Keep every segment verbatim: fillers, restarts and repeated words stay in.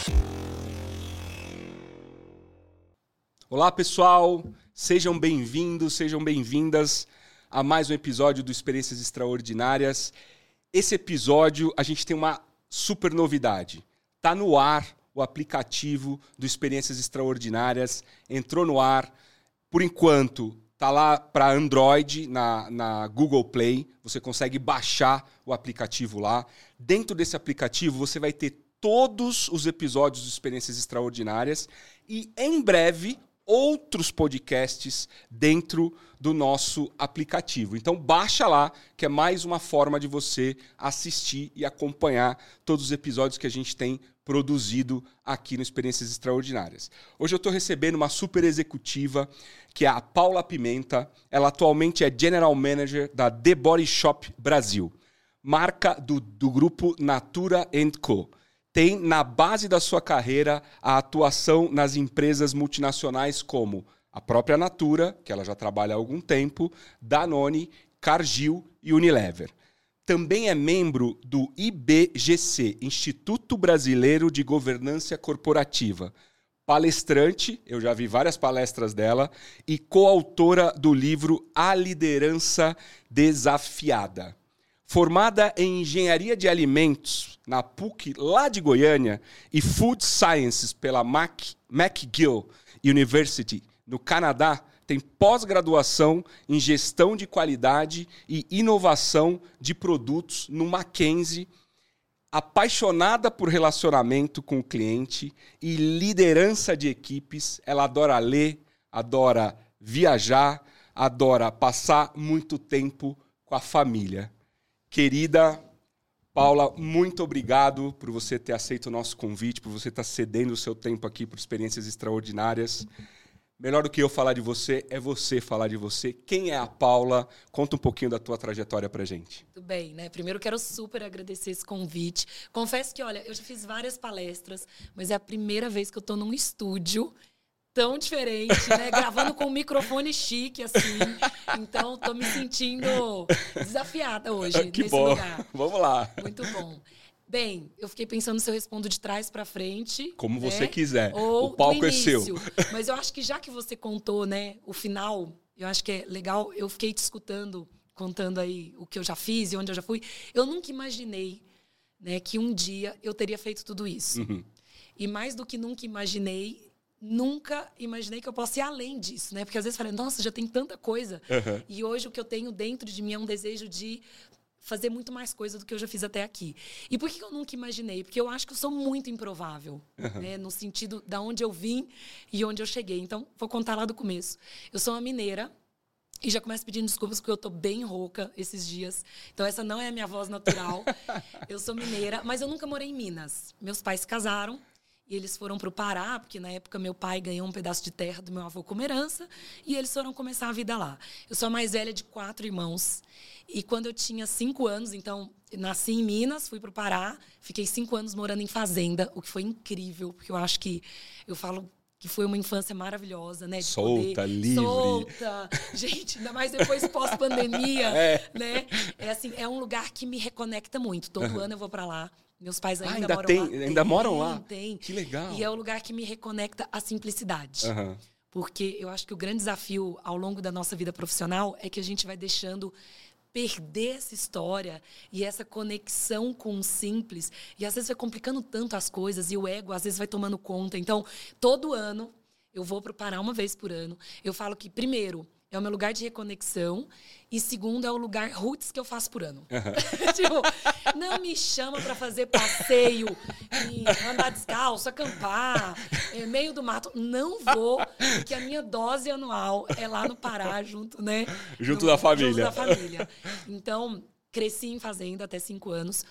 Olá, pessoal! Sejam bem-vindos, sejam bem-vindas a mais um episódio do Experiências Extraordinárias. Esse episódio, a gente tem uma super novidade. Tá no ar o aplicativo do Experiências Extraordinárias. Entrou no ar. Por enquanto, tá lá para Android, na, na Google Play. Você consegue baixar o aplicativo lá. Dentro desse aplicativo, você vai ter todos os episódios do Experiências Extraordinárias. E, em breve, outros podcasts dentro do nosso aplicativo. Então, baixa lá, que é mais uma forma de você assistir e acompanhar todos os episódios que a gente tem produzido aqui no Experiências Extraordinárias. Hoje eu estou recebendo uma super executiva, que é a Paula Pimenta. Ela atualmente é General Manager da The Body Shop Brasil, marca do, do grupo Natura and Co. Tem na base da sua carreira a atuação nas empresas multinacionais como a própria Natura, que ela já trabalha há algum tempo, Danone, Cargill e Unilever. Também é membro do I B G C, Instituto Brasileiro de Governança Corporativa. Palestrante, eu já vi várias palestras dela, e coautora do livro A Liderança Desafiada. Formada em Engenharia de Alimentos na P U C, lá de Goiânia, e Food Sciences pela Mac, McGill University, no Canadá, tem pós-graduação em Gestão de Qualidade e Inovação de Produtos no Mackenzie. Apaixonada por relacionamento com o cliente e liderança de equipes, ela adora ler, adora viajar, adora passar muito tempo com a família. Querida Paula, muito obrigado por você ter aceito o nosso convite, por você estar cedendo o seu tempo aqui por Experiências Extraordinárias. Melhor do que eu falar de você, é você falar de você. Quem é a Paula? Conta um pouquinho da tua trajetória pra gente. Tudo bem, né? Primeiro, quero super agradecer esse convite. Confesso que, olha, eu já fiz várias palestras, mas é a primeira vez que eu tô num estúdio tão diferente, né? Gravando com um microfone chique, assim. Então, tô me sentindo desafiada hoje que nesse bom. lugar. Vamos lá. Muito bom. Bem, eu fiquei pensando se eu respondo de trás para frente. Como né? você quiser. Ou o palco é seu. Mas eu acho que já que você contou, né, o final, eu acho que é legal. Eu fiquei te escutando, contando aí o que eu já fiz e onde eu já fui. Eu nunca imaginei, né, que um dia eu teria feito tudo isso. Uhum. E mais do que nunca imaginei, nunca imaginei que eu possa ir além disso, né? Porque às vezes eu falei, nossa, já tem tanta coisa. Uhum. E hoje o que eu tenho dentro de mim é um desejo de fazer muito mais coisa do que eu já fiz até aqui. E por que eu nunca imaginei? Porque eu acho que eu sou muito improvável, uhum. né? No sentido de onde eu vim e onde eu cheguei. Então, vou contar lá do começo. Eu sou uma mineira e já começo pedindo desculpas porque eu tô bem rouca esses dias. Então, essa não é a minha voz natural. Eu sou mineira, mas eu nunca morei em Minas. Meus pais se casaram e eles foram para o Pará, porque na época meu pai ganhou um pedaço de terra do meu avô como herança, e eles foram começar a vida lá. Eu sou a mais velha de quatro irmãos. E quando eu tinha cinco anos, então, nasci em Minas, fui para o Pará, fiquei cinco anos morando em fazenda, o que foi incrível, porque eu acho que, eu falo que foi uma infância maravilhosa, né? De solta, poder, livre. Solta. Gente, ainda mais depois pós-pandemia, é. né? É assim, é um lugar que me reconecta muito. Todo uhum. ano eu vou para lá. Meus pais ainda, ah, ainda moram tem, lá. Ainda tem, moram lá? Tem. Que legal. E é o lugar que me reconecta à simplicidade. Uhum. Porque eu acho que o grande desafio ao longo da nossa vida profissional é que a gente vai deixando perder essa história e essa conexão com o simples. E às vezes vai complicando tanto as coisas e o ego às vezes vai tomando conta. Então, todo ano, eu vou para o Pará uma vez por ano. Eu falo que, primeiro, é o meu lugar de reconexão. E segundo, é o lugar roots que eu faço por ano. Uhum. Tipo, não me chama para fazer passeio, e andar descalço, acampar, é, meio do mato. Não vou, porque a minha dose anual é lá no Pará, junto, né? Junto no, da família. Junto da família. Então, cresci em fazenda até cinco anos.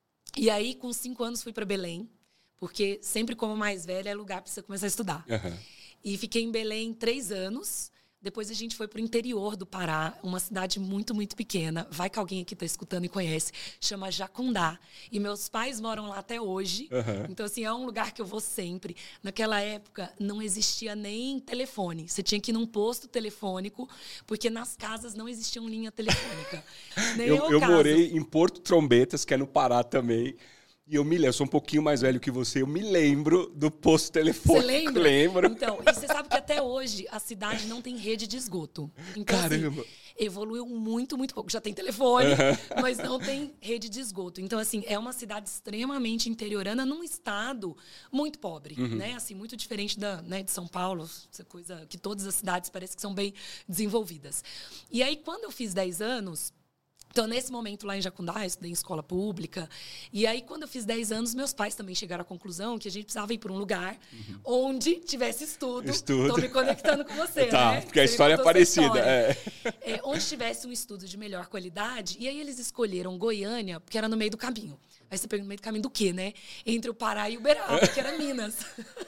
E aí, com cinco anos, fui para Belém. Porque sempre como mais velha, é lugar para você começar a estudar. Uhum. E fiquei em Belém três anos. Depois a gente foi para o interior do Pará, uma cidade muito, muito pequena. Vai que alguém aqui está escutando e conhece. Chama Jacundá. E meus pais moram lá até hoje. Uhum. Então, assim, é um lugar que eu vou sempre. Naquela época, não existia nem telefone. Você tinha que ir num posto telefônico, porque nas casas não existiam linha telefônica. Nem eu eu morei em Porto Trombetas, que é no Pará também. E eu me lembro, eu sou um pouquinho mais velho que você, eu me lembro do posto telefônico. Você lembra? Lembro. Então, e você sabe que até hoje a cidade não tem rede de esgoto. Então, Caramba! Assim, evoluiu muito, muito pouco. Já tem telefone, uhum. mas não tem rede de esgoto. Então, assim, é uma cidade extremamente interiorana num estado muito pobre, uhum. né? Assim, muito diferente da, né, de São Paulo, essa coisa que todas as cidades parecem que são bem desenvolvidas. E aí, quando eu fiz dez anos... Então, nesse momento lá em Jacundá, eu estudei em escola pública. E aí, quando eu fiz dez anos, meus pais também chegaram à conclusão que a gente precisava ir para um lugar uhum. onde tivesse estudo. Estou me conectando com você, tá, né? Porque a história é parecida. História. É. É, onde tivesse um estudo de melhor qualidade. E aí, eles escolheram Goiânia, porque era no meio do caminho. Aí você pergunta, no meio do caminho do quê, né? Entre o Pará e Uberaba, que era Minas.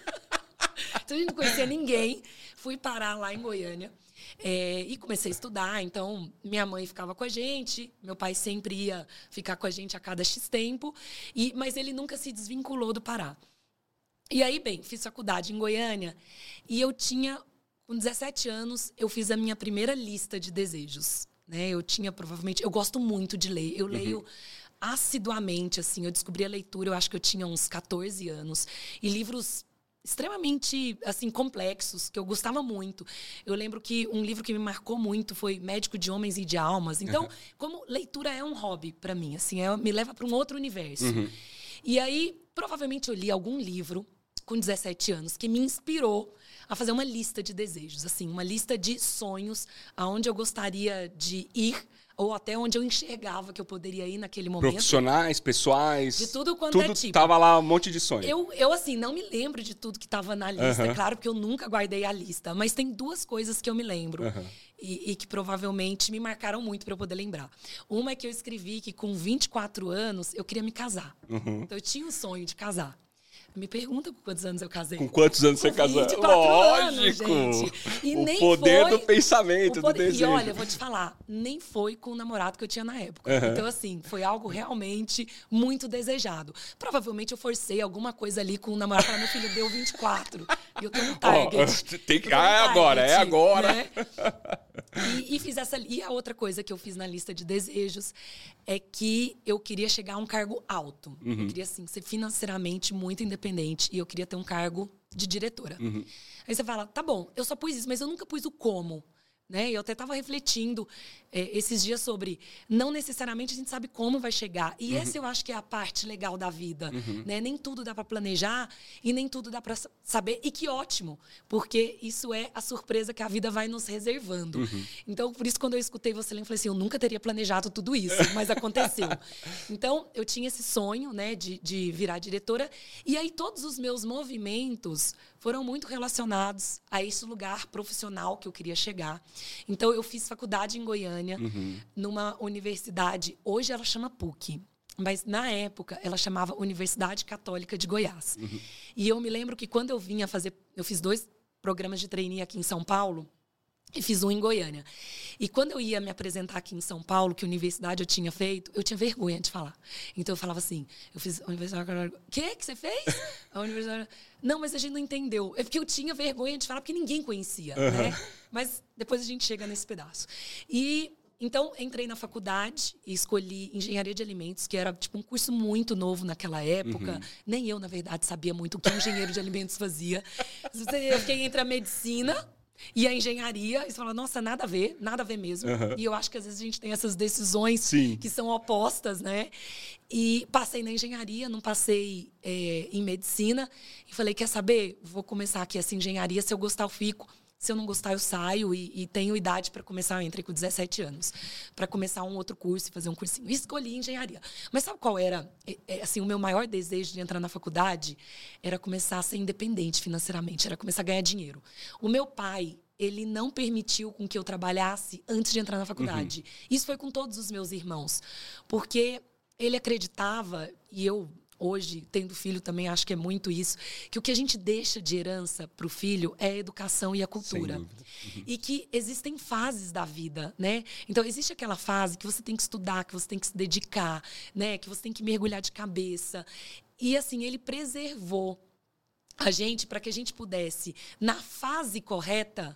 Então, a gente não conhecia ninguém. Fui parar lá em Goiânia. É, e comecei a estudar, então minha mãe ficava com a gente, meu pai sempre ia ficar com a gente a cada X tempo, e, mas ele nunca se desvinculou do Pará. E aí, bem, fiz faculdade em Goiânia e eu tinha, com dezessete anos, eu fiz a minha primeira lista de desejos. Né? Eu tinha, provavelmente, eu gosto muito de ler, eu leio... Uhum. assiduamente, assim, eu descobri a leitura, eu acho que eu tinha uns catorze anos, e livros extremamente, assim, complexos, que eu gostava muito. Eu lembro que um livro que me marcou muito foi Médico de Homens e de Almas. Então, uhum. como leitura é um hobby para mim, assim, é, me leva para um outro universo. Uhum. E aí, provavelmente eu li algum livro com dezessete anos que me inspirou a fazer uma lista de desejos, assim, uma lista de sonhos aonde eu gostaria de ir ou até onde eu enxergava que eu poderia ir naquele momento. Profissionais, pessoais. De tudo quanto tudo é tipo. Tava lá um monte de sonho. Eu, eu, assim, não me lembro de tudo que estava na lista, uhum. claro, porque eu nunca guardei a lista. Mas tem duas coisas que eu me lembro uhum. e, e que provavelmente me marcaram muito para eu poder lembrar. Uma é que eu escrevi que com vinte e quatro anos eu queria me casar. Uhum. Então eu tinha um sonho de casar. Me pergunta com quantos anos eu casei. Com quantos anos você casou? Lógico! Anos, gente. E o nem poder foi, do pensamento, poder, do desejo. E olha, eu vou te falar, nem foi com o namorado que eu tinha na época. Uhum. Então, assim, foi algo realmente muito desejado. Provavelmente eu forcei alguma coisa ali com o namorado. Falei, meu filho, deu vinte e quatro. E eu tenho um target. Oh, tem que... Ah, é agora, é agora. Né? E, e fiz essa... E a outra coisa que eu fiz na lista de desejos é que eu queria chegar a um cargo alto. Uhum. Eu queria, assim, ser financeiramente muito independente. E eu queria ter um cargo de diretora. Uhum. Aí você fala, tá bom, eu só pus isso, mas eu nunca pus o como. Né? Eu até estava refletindo é, esses dias sobre... Não necessariamente a gente sabe como vai chegar. E uhum. essa eu acho que é a parte legal da vida. Uhum. Né? Nem tudo dá para planejar e nem tudo dá para saber. E que ótimo, porque isso é a surpresa que a vida vai nos reservando. Uhum. Então, por isso, quando eu escutei você, eu falei assim, eu nunca teria planejado tudo isso, mas aconteceu. Então, eu tinha esse sonho, né, de, de virar diretora. E aí, todos os meus movimentos foram muito relacionados a esse lugar profissional que eu queria chegar. Então, eu fiz faculdade em Goiânia, uhum. numa universidade, hoje ela chama P U C, mas na época ela chamava Universidade Católica de Goiás. Uhum. E eu me lembro que quando eu vinha fazer, eu fiz dois programas de trainee aqui em São Paulo, e fiz um em Goiânia. E quando eu ia me apresentar aqui em São Paulo, que universidade eu tinha feito, eu tinha vergonha de falar. Então eu falava assim, eu fiz a Universidade... O que que você fez? A Universidade... Não, mas a gente não entendeu. É porque eu tinha vergonha de falar, porque ninguém conhecia, uhum. né? Mas depois a gente chega nesse pedaço. E... Então, entrei na faculdade e escolhi Engenharia de Alimentos, que era tipo um curso muito novo naquela época. Uhum. Nem eu, na verdade, sabia muito o que um engenheiro de alimentos fazia. Eu fiquei entre a medicina e a engenharia. E você fala, nossa, nada a ver, nada a ver mesmo. Uhum. E eu acho que às vezes a gente tem essas decisões Sim. que são opostas, né? E passei na engenharia, não passei é, em medicina. E falei, quer saber? Vou começar aqui essa engenharia, se eu gostar eu fico. Se eu não gostar, eu saio e, e tenho idade para começar. Eu entrei com dezessete anos para começar um outro curso e fazer um cursinho. E escolhi engenharia. Mas sabe qual era? É, assim, o meu maior desejo de entrar na faculdade era começar a ser independente financeiramente, era começar a ganhar dinheiro. O meu pai, ele não permitiu com que eu trabalhasse antes de entrar na faculdade. Uhum. Isso foi com todos os meus irmãos. Porque ele acreditava, e eu... Hoje, tendo filho, também acho que é muito isso, que o que a gente deixa de herança para o filho é a educação e a cultura. Uhum. E que existem fases da vida, né? Então, existe aquela fase que você tem que estudar, que você tem que se dedicar, né? Que você tem que mergulhar de cabeça. E, assim, ele preservou a gente para que a gente pudesse, na fase correta,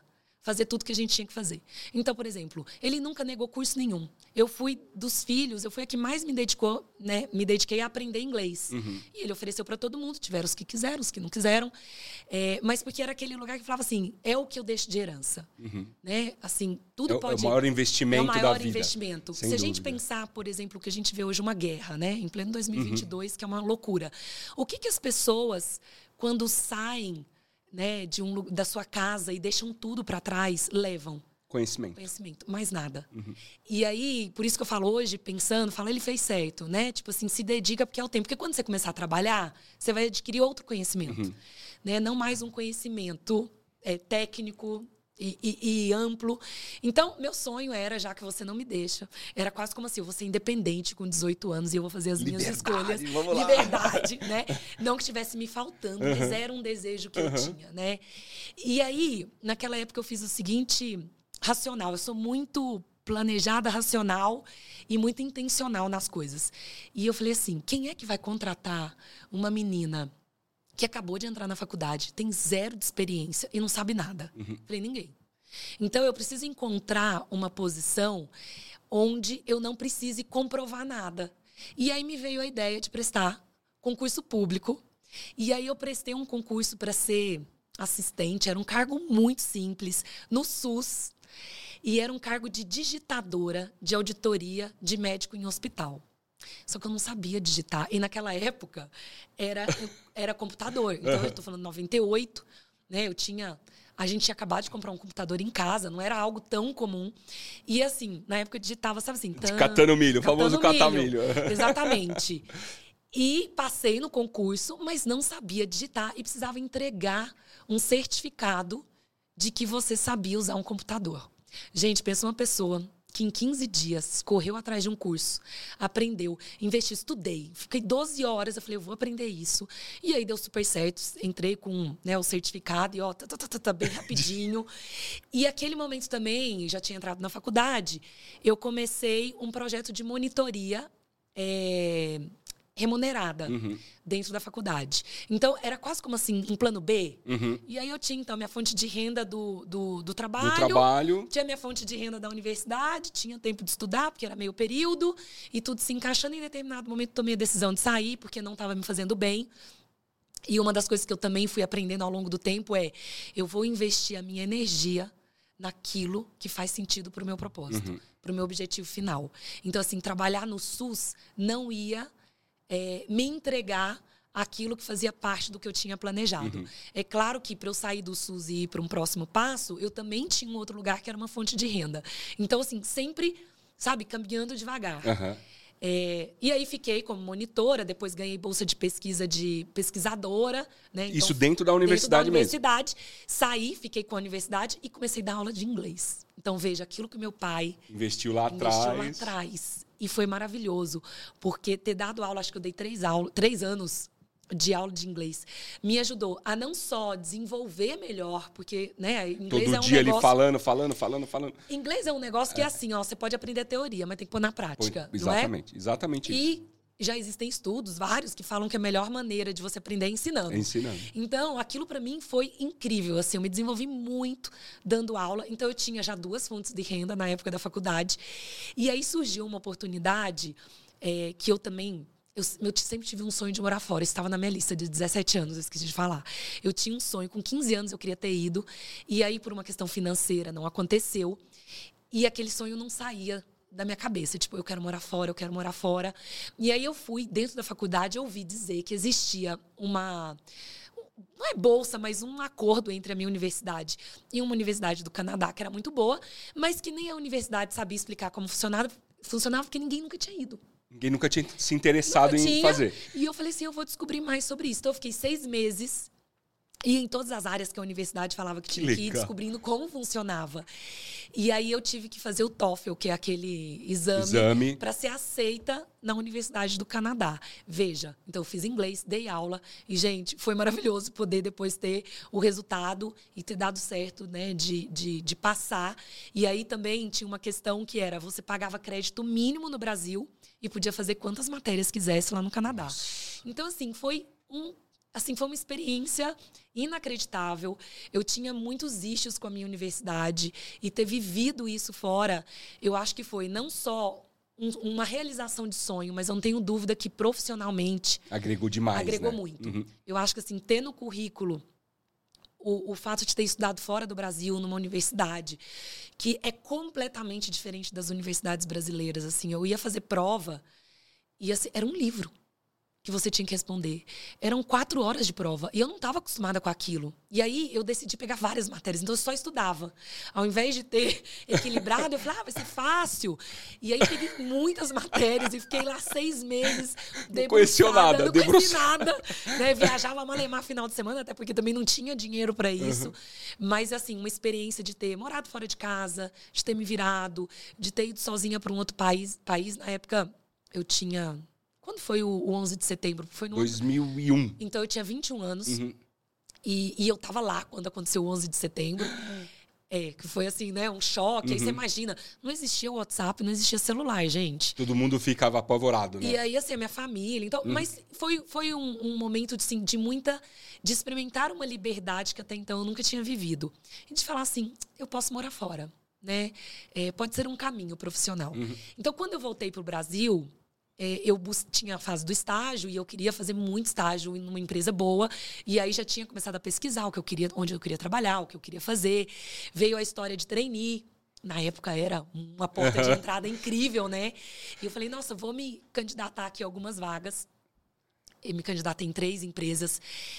fazer tudo que a gente tinha que fazer. Então, por exemplo, ele nunca negou curso nenhum. Eu fui dos filhos, eu fui a que mais me dedicou, né? Me dediquei a aprender inglês. Uhum. E ele ofereceu para todo mundo, tiveram os que quiseram, os que não quiseram. É, mas porque era aquele lugar que falava assim, é o que eu deixo de herança. Uhum. Né? Assim, tudo é, pode... É o maior investimento da vida. É o maior investimento. Se dúvida. a gente pensar, por exemplo, que a gente vê hoje uma guerra, né? Em pleno dois mil e vinte e dois, uhum. que é uma loucura. O que, que as pessoas, quando saem, né, de um, da sua casa e deixam tudo para trás, levam? Conhecimento. Conhecimento, mais nada. Uhum. E aí, por isso que eu falo hoje, pensando, falo, ele fez certo, né? Tipo assim, se dedica porque é o tempo. Porque quando você começar a trabalhar, você vai adquirir outro conhecimento. Uhum. Né? Não mais um conhecimento é, técnico e, e, e amplo. Então, meu sonho era, já que você não me deixa, era quase como assim, eu vou ser independente com dezoito anos e eu vou fazer as Liberdade, minhas escolhas. Vamos lá. Liberdade, né? Não que estivesse me faltando, uhum. mas era um desejo que uhum. eu tinha, né? E aí, naquela época, eu fiz o seguinte... racional. Eu sou muito planejada, racional e muito intencional nas coisas. E eu falei assim, quem é que vai contratar uma menina que acabou de entrar na faculdade, tem zero de experiência e não sabe nada? Uhum. Falei, ninguém. Então, eu preciso encontrar uma posição onde eu não precise comprovar nada. E aí me veio a ideia de prestar concurso público. E aí eu prestei um concurso para ser assistente. Era um cargo muito simples, no SUS. E era um cargo de digitadora de auditoria de médico em hospital. Só que eu não sabia digitar. E naquela época era, era computador. Então, uhum. eu estou falando noventa e oito, né? Eu tinha... A gente tinha acabado de comprar um computador em casa, não era algo tão comum. E assim, na época eu digitava, sabe assim... Tan, catando milho, o famoso catar milho. Exatamente. E passei no concurso, mas não sabia digitar e precisava entregar um certificado de que você sabia usar um computador. Gente, pensa uma pessoa que em quinze dias correu atrás de um curso, aprendeu, investi, estudei. Fiquei doze horas, eu falei, eu vou aprender isso. E aí deu super certo, entrei com, né, o certificado e ó, tá, tá, tá, tá, bem rapidinho. E aquele momento também, já tinha entrado na faculdade, eu comecei um projeto de monitoria é, remunerada uhum. dentro da faculdade. Então, era quase como assim, um plano B. Uhum. E aí eu tinha, então, minha fonte de renda do, do, do, trabalho, do trabalho. Tinha minha fonte de renda da universidade, tinha tempo de estudar, porque era meio período, e tudo se encaixando. Em determinado momento, tomei a decisão de sair, porque não estava me fazendo bem. E uma das coisas que eu também fui aprendendo ao longo do tempo é, eu vou investir a minha energia naquilo que faz sentido para o meu propósito, uhum. para o meu objetivo final. Então, assim, trabalhar no SUS não ia... É, me entregar aquilo que fazia parte do que eu tinha planejado. Uhum. É claro que para eu sair do SUS e ir para um próximo passo, eu também tinha um outro lugar que era uma fonte de renda. Então, assim, sempre, sabe, caminhando devagar. Uhum. É, e aí fiquei como monitora, depois ganhei bolsa de pesquisa de pesquisadora. Né? Então, isso dentro da universidade dentro da universidade, mesmo? Saí, fiquei com a universidade e comecei a dar aula de inglês. Então, veja, aquilo que meu pai... Investiu lá investiu atrás. lá atrás. E foi maravilhoso, porque ter dado aula, acho que eu dei três, aula, três anos de aula de inglês, me ajudou a não só desenvolver melhor, porque, né, inglês todo é um dia negócio... ali falando, falando, falando, falando. Inglês é um negócio que é assim, ó, você pode aprender a teoria, mas tem que pôr na prática, Põe, exatamente, não é? exatamente isso. E já existem estudos, vários, que falam que a melhor maneira de você aprender é ensinando. É ensinando. Então, aquilo para mim foi incrível. Assim, eu me desenvolvi muito dando aula. Então, eu tinha já duas fontes de renda na época da faculdade. E aí surgiu uma oportunidade é, que eu também... Eu, eu sempre tive um sonho de morar fora. Estava na minha lista de dezessete anos, eu esqueci de falar. Eu tinha um sonho, com quinze anos eu queria ter ido. E aí, por uma questão financeira, não aconteceu. E aquele sonho não saía da minha cabeça, tipo, eu quero morar fora, eu quero morar fora. E aí eu fui, dentro da faculdade, eu ouvi dizer que existia uma... Não é bolsa, mas um acordo entre a minha universidade e uma universidade do Canadá, que era muito boa, mas que nem a universidade sabia explicar como funcionava, funcionava porque ninguém nunca tinha ido. Ninguém nunca tinha se interessado nunca em tinha, fazer. E eu falei assim, eu vou descobrir mais sobre isso. Então, eu fiquei seis meses... E em todas as áreas que a universidade falava que tinha que ir, descobrindo como funcionava. E aí eu tive que fazer o TOEFL, que é aquele exame, exame. para ser aceita na Universidade do Canadá. Veja, então eu fiz inglês, dei aula. E, gente, foi maravilhoso poder depois ter o resultado e ter dado certo, né, de, de, de passar. E aí também tinha uma questão que era, você pagava crédito mínimo no Brasil e podia fazer quantas matérias quisesse lá no Canadá. Então, assim, foi um... assim, foi uma experiência inacreditável. Eu tinha muitos issues com a minha universidade e ter vivido isso fora, eu acho que foi não só um, uma realização de sonho, mas eu não tenho dúvida que profissionalmente... Agregou demais, Agregou né? muito. Uhum. Eu acho que, assim, ter no currículo o, o fato de ter estudado fora do Brasil, numa universidade, que é completamente diferente das universidades brasileiras. Assim, eu ia fazer prova e assim, era um livro que você tinha que responder. Eram quatro horas de prova. E eu não estava acostumada com aquilo. E aí, eu decidi pegar várias matérias. Então, eu só estudava. Ao invés de ter equilibrado, eu falei, ah, vai ser fácil. E aí, peguei muitas matérias e fiquei lá seis meses Não conheceu nada. Não conheci nada. Né? Viajava a Malemar final de semana, até porque também não tinha dinheiro para isso. Uhum. Mas, assim, uma experiência de ter morado fora de casa, de ter me virado, de ter ido sozinha para um outro país. país. Na época, eu tinha... Quando foi o, o onze de setembro? Foi no dois mil e um. Então, eu tinha vinte e um anos. Uhum. E, e eu tava lá quando aconteceu o onze de setembro. É, que foi assim, né? Um choque. Uhum. Aí você imagina, não existia WhatsApp, não existia celular, gente. Todo mundo ficava apavorado, né? E aí, assim, a minha família. Então, uhum. Mas foi, foi um, um momento de, assim, de muita... De experimentar uma liberdade que até então eu nunca tinha vivido. E de falar assim, eu posso morar fora, né? É, pode ser um caminho profissional. Uhum. Então, quando eu voltei pro Brasil... Eu tinha a fase do estágio e eu queria fazer muito estágio em uma empresa boa. E aí já tinha começado a pesquisar o que eu queria, onde eu queria trabalhar, o que eu queria fazer. Veio a história de trainee. Na época era uma porta uhum. de entrada incrível, né? E eu falei, nossa, vou me candidatar aqui a algumas vagas. Eu me candidatei em três empresas.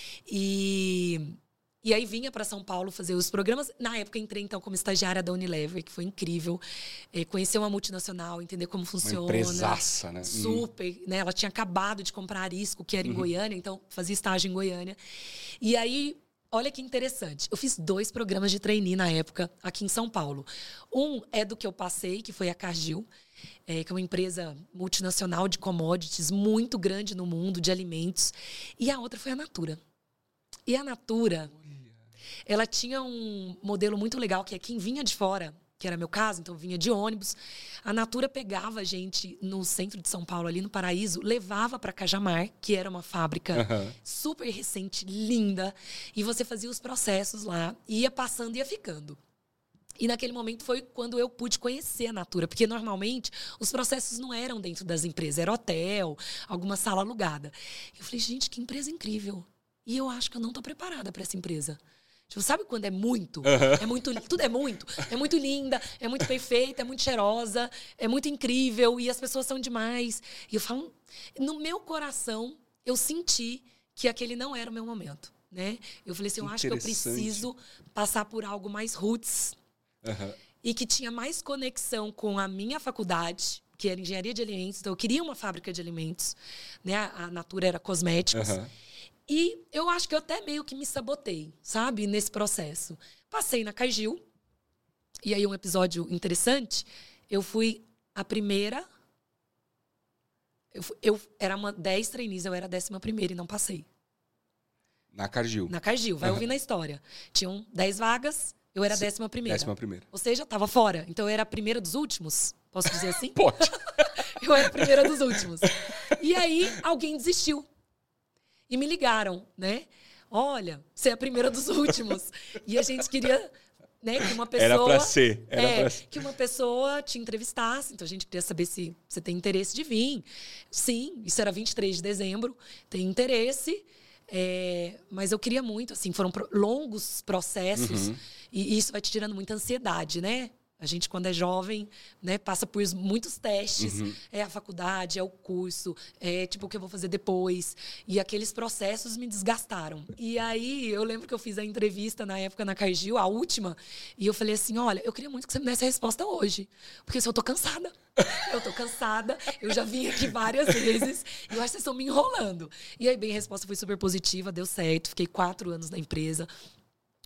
E... E aí vinha para São Paulo fazer os programas. Na época, entrei, então, como estagiária da Unilever, que foi incrível. É, conhecer uma multinacional, entender como funciona. Uma empresaça, né? Super. Uhum. Né? Ela tinha acabado de comprar a Arisco, que era em uhum. Goiânia. Então, fazia estágio em Goiânia. E aí, olha que interessante. Eu fiz dois programas de trainee na época, aqui em São Paulo. Um é do que eu passei, que foi a Cargill. É, que é uma empresa multinacional de commodities, muito grande no mundo, de alimentos. E a outra foi a Natura. E a Natura... Ela tinha um modelo muito legal, que é quem vinha de fora, que era meu caso, então vinha de ônibus. A Natura pegava a gente no centro de São Paulo, ali no Paraíso, levava para Cajamar, que era uma fábrica uhum. super recente, linda. E você fazia os processos lá, ia passando e ia ficando. E naquele momento foi quando eu pude conhecer a Natura, porque normalmente os processos não eram dentro das empresas, era hotel, alguma sala alugada. Eu falei, gente, que empresa incrível. E eu acho que eu não estou preparada para essa empresa. Tipo, sabe quando é muito? Uhum. É muito? Tudo é muito. É muito linda, é muito perfeita, é muito cheirosa, é muito incrível e as pessoas são demais. E eu falo, no meu coração, eu senti que aquele não era o meu momento, né? Eu falei assim, eu acho que eu preciso passar por algo mais roots uhum. e que tinha mais conexão com a minha faculdade, que era engenharia de alimentos. Então, eu queria uma fábrica de alimentos, né? A Natura era cosméticos. Uhum. E eu acho que eu até meio que me sabotei, sabe? Nesse processo. Passei na Cargill. E aí, um episódio interessante. Eu fui a primeira... Eu, eu era uma dez trainees, eu era a décima primeira e não passei. Na Cargill? Na Cargill, vai uhum. ouvir na história. Tinham dez vagas, eu era a décima primeira. Décima primeira. Ou seja, eu estava fora. Então, eu era a primeira dos últimos. Posso dizer assim? Pode. Eu era a primeira dos últimos. E aí, alguém desistiu. E me ligaram, né? Olha, você é a primeira dos últimos. E a gente queria, né, que uma pessoa... Era pra ser. Era é, pra ser. Que uma pessoa te entrevistasse. Então, a gente queria saber se você tem interesse de vir. Sim, isso era vinte e três de dezembro. Tem interesse. É, mas eu queria muito, assim, foram pro, longos processos. Uhum. E isso vai te tirando muita ansiedade, né? A gente, quando é jovem, né, passa por muitos testes. Uhum. É a faculdade, é o curso, é tipo o que eu vou fazer depois. E aqueles processos me desgastaram. E aí, eu lembro que eu fiz a entrevista na época na Cargill, a última, e eu falei assim, olha, eu queria muito que você me desse a resposta hoje. Porque assim, eu tô cansada. Eu tô cansada, eu já vim aqui várias vezes, e eu acho que vocês estão me enrolando. E aí, bem, a resposta foi super positiva, deu certo. Fiquei quatro anos na empresa.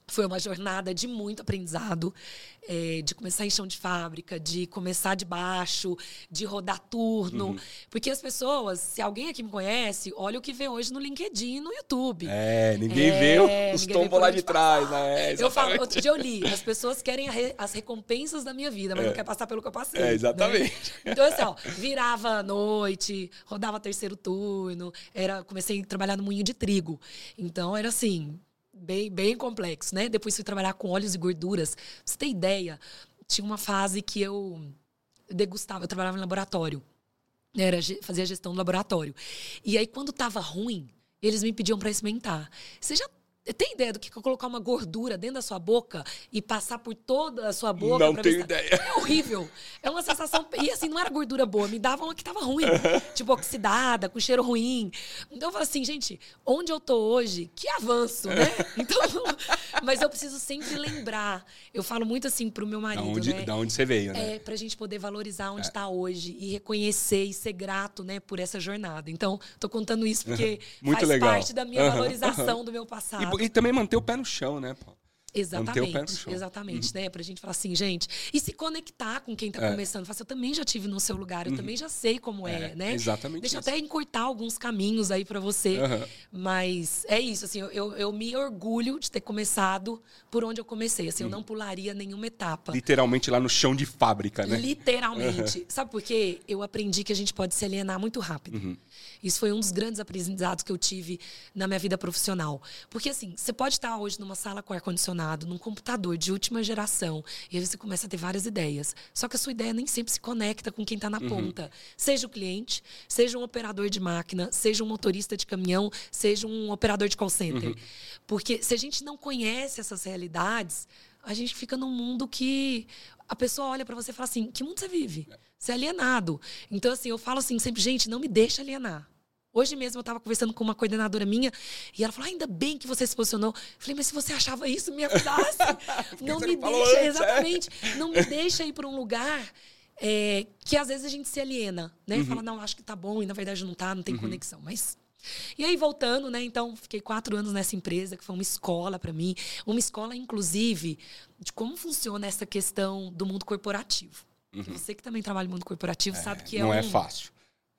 Foi uma jornada de muito aprendizado, é, de começar em chão de fábrica, de começar de baixo, de rodar turno. Uhum. Porque as pessoas, se alguém aqui me conhece, olha o que vê hoje no LinkedIn e no YouTube. É, ninguém é, vê os tombos lá de trás, né? É, eu falo, outro dia eu li, as pessoas querem re, as recompensas da minha vida, mas é. não quer passar pelo que eu passei. É, exatamente. Né? Então, assim, ó, virava à noite, rodava terceiro turno, era, comecei a trabalhar no moinho de trigo. Então, era assim... Bem, bem complexo, né? Depois fui trabalhar com óleos e gorduras. Pra você ter ideia, tinha uma fase que eu degustava, eu trabalhava em laboratório. Era, fazia gestão do laboratório. E aí, quando tava ruim, eles me pediam para experimentar. Você já tem ideia do que é colocar uma gordura dentro da sua boca e passar por toda a sua boca? Não tenho ideia. É horrível. É uma sensação... E assim, não era gordura boa, me dava uma que tava ruim. Tipo, oxidada, com cheiro ruim. Então eu falo assim, gente, onde eu tô hoje, que avanço, né? Então, mas eu preciso sempre lembrar. Eu falo muito assim pro meu marido, da onde, né? Da onde você veio, né? É, pra gente poder valorizar onde é. tá hoje e reconhecer e ser grato, né, por essa jornada. Então, tô contando isso porque muito faz legal. parte da minha valorização do meu passado. E, e também manter o pé no chão, né, pô? Exatamente, o pé no chão. exatamente, uhum. né? Pra gente falar assim, gente, e se conectar com quem tá é. começando. Fala assim, eu também já tive no seu lugar, eu uhum. também já sei como é, é né? Exatamente. Deixa isso. eu até encurtar alguns caminhos aí pra você. Uhum. Mas é isso, assim, eu, eu, eu me orgulho de ter começado por onde eu comecei. Assim, uhum. eu não pularia nenhuma etapa. Literalmente lá no chão de fábrica, né? Literalmente. Uhum. Sabe por quê? Eu aprendi que a gente pode se alienar muito rápido. Uhum. Isso foi um dos grandes aprendizados que eu tive na minha vida profissional. Porque, assim, você pode estar hoje numa sala com ar-condicionado, num computador de última geração, e aí você começa a ter várias ideias. Só que a sua ideia nem sempre se conecta com quem está na uhum. ponta. Seja o cliente, seja um operador de máquina, seja um motorista de caminhão, seja um operador de call center. Uhum. Porque se a gente não conhece essas realidades, a gente fica num mundo que a pessoa olha para você e fala assim, que mundo você vive? Você é alienado. Então, assim, eu falo assim sempre, gente, não me deixa alienar. Hoje mesmo eu estava conversando com uma coordenadora minha e ela falou, ah, ainda bem que você se posicionou. Eu falei, mas se você achava isso, me avisasse. não me deixa, antes, exatamente, é? não me deixa ir para um lugar é, que às vezes a gente se aliena, né? Uhum. Fala, não, acho que tá bom e na verdade não tá, não tem uhum. conexão. Mas... E aí, voltando, né? Então, fiquei quatro anos nessa empresa, que foi uma escola para mim. Uma escola, inclusive, de como funciona essa questão do mundo corporativo. Uhum. Você que também trabalha no mundo corporativo é, sabe que é Não um... é fácil.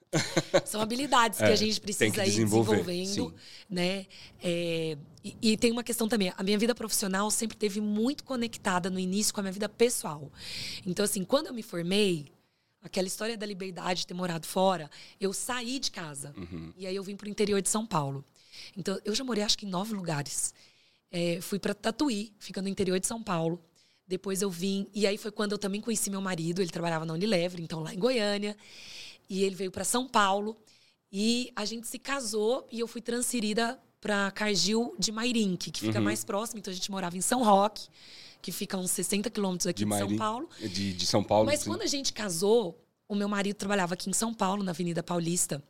São habilidades é, que a gente precisa ir desenvolvendo, sim. né? É, e, e tem uma questão também. A minha vida profissional sempre esteve muito conectada no início com a minha vida pessoal. Então, assim, quando eu me formei, aquela história da liberdade de ter morado fora, eu saí de casa. Uhum. E aí eu vim para o interior de São Paulo. Então, eu já morei acho que em nove lugares. É, fui para Tatuí, fica no interior de São Paulo. Depois eu vim... E aí foi quando eu também conheci meu marido. Ele trabalhava na Unilever, então lá em Goiânia. E ele veio para São Paulo e a gente se casou e eu fui transferida para Cargill de Mairinque, que fica uhum. mais próximo. Então a gente morava em São Roque, que fica a uns sessenta quilômetros aqui de, de São Paulo. De, de São Paulo. Mas sim. quando a gente casou, o meu marido trabalhava aqui em São Paulo, na Avenida Paulista,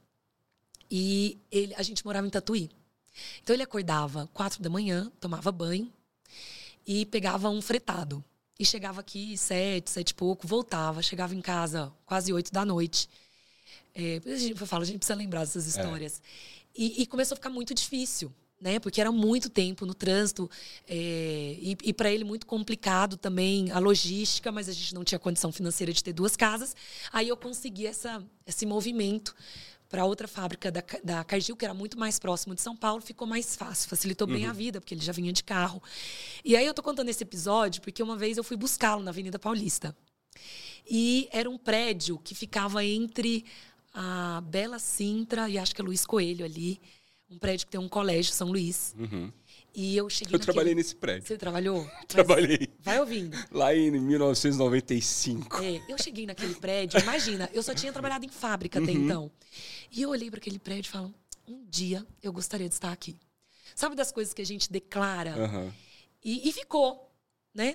e ele, a gente morava em Tatuí. Então ele acordava quatro da manhã, tomava banho e pegava um fretado. E chegava aqui sete, sete e pouco, voltava, chegava em casa quase oito da noite. É, a gente fala, a gente precisa lembrar dessas histórias. É. E, e começou a ficar muito difícil, né? Porque era muito tempo no trânsito é, e, e para ele muito complicado também a logística, mas a gente não tinha condição financeira de ter duas casas. Aí eu consegui essa, esse movimento para outra fábrica da, da Cargill, que era muito mais próximo de São Paulo, ficou mais fácil, facilitou bem uhum. a vida, porque ele já vinha de carro. E aí eu tô contando esse episódio porque uma vez eu fui buscá-lo na Avenida Paulista. E era um prédio que ficava entre a Bela Sintra e acho que é Luiz Coelho ali. Um prédio que tem um colégio, São Luís. Uhum. E eu cheguei Eu naquele... trabalhei nesse prédio. Você trabalhou? Trabalhei. Vai ouvindo. Lá em mil novecentos e noventa e cinco. É, eu cheguei naquele prédio, imagina, eu só tinha trabalhado em fábrica até uhum. então. E eu olhei para aquele prédio e falo, um dia eu gostaria de estar aqui. Sabe das coisas que a gente declara? Uhum. E, e ficou, né?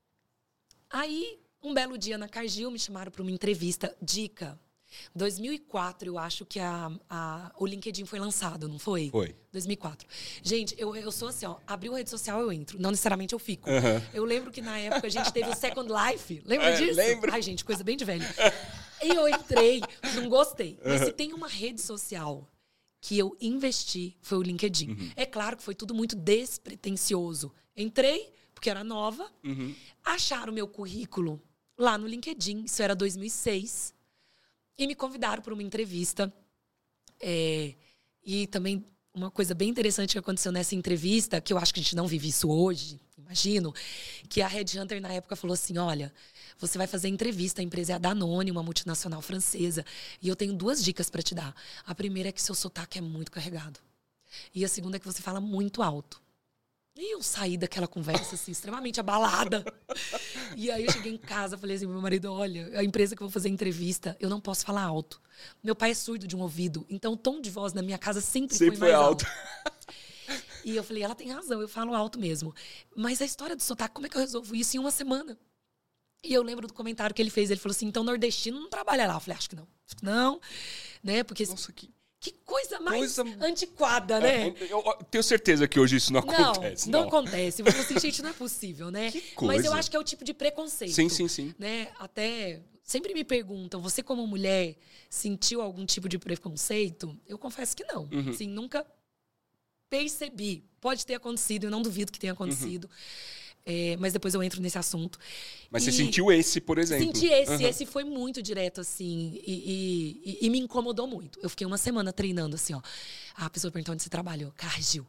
Aí, um belo dia na Cargill, me chamaram para uma entrevista. Dica. dois mil e quatro, eu acho que a, a, o LinkedIn foi lançado, não foi? Foi. dois mil e quatro. Gente, eu, eu sou assim, ó, abriu rede social, eu entro. Não necessariamente eu fico. Uhum. Eu lembro que na época a gente teve o Second Life. Lembra é, disso? Lembro. Ai, gente, coisa bem de velho. E eu entrei, não gostei. Mas uhum. se tem uma rede social que eu investi foi o LinkedIn. Uhum. É claro que foi tudo muito despretensioso. Entrei, porque era nova, Uhum. acharam o meu currículo lá no LinkedIn, isso era dois mil e seis, e me convidaram para uma entrevista. É, e também uma coisa bem interessante que aconteceu nessa entrevista, que eu acho que a gente não vive isso hoje, imagino, que a Headhunter na época falou assim, olha, você vai fazer entrevista, a empresa é a Danone, uma multinacional francesa, e eu tenho duas dicas para te dar. A primeira é que seu sotaque é muito carregado. E a segunda é que você fala muito alto. E eu saí daquela conversa, assim, extremamente abalada. E aí eu cheguei em casa, falei assim, meu marido, olha, a empresa que eu vou fazer entrevista, eu não posso falar alto. Meu pai é surdo de um ouvido, então o tom de voz na minha casa sempre, sempre foi mais foi alto. alto. E eu falei, ela tem razão, eu falo alto mesmo. Mas a história do sotaque, como é que eu resolvo isso em uma semana? E eu lembro do comentário que ele fez, ele falou assim, então nordestino não trabalha lá. Eu falei, acho que não. Acho que não, né? Porque... Nossa, que... Que coisa mais coisa... antiquada, né? É, eu, eu tenho certeza que hoje isso não acontece. Não, não, não. acontece. Você assim, gente, não é possível, né? Que coisa. Mas eu acho que é o tipo de preconceito. Sim, sim, sim. Né? Até sempre me perguntam, você como mulher sentiu algum tipo de preconceito? Eu confesso que não. Uhum. Assim, nunca percebi. Pode ter acontecido, eu não duvido que tenha acontecido. Uhum. É, mas depois eu entro nesse assunto. Mas e você sentiu esse, por exemplo? Senti esse. Uhum. Esse foi muito direto, assim. E, e, e me incomodou muito. Eu fiquei uma semana treinando, assim, ó. A pessoa perguntou onde você trabalhou. Cargill.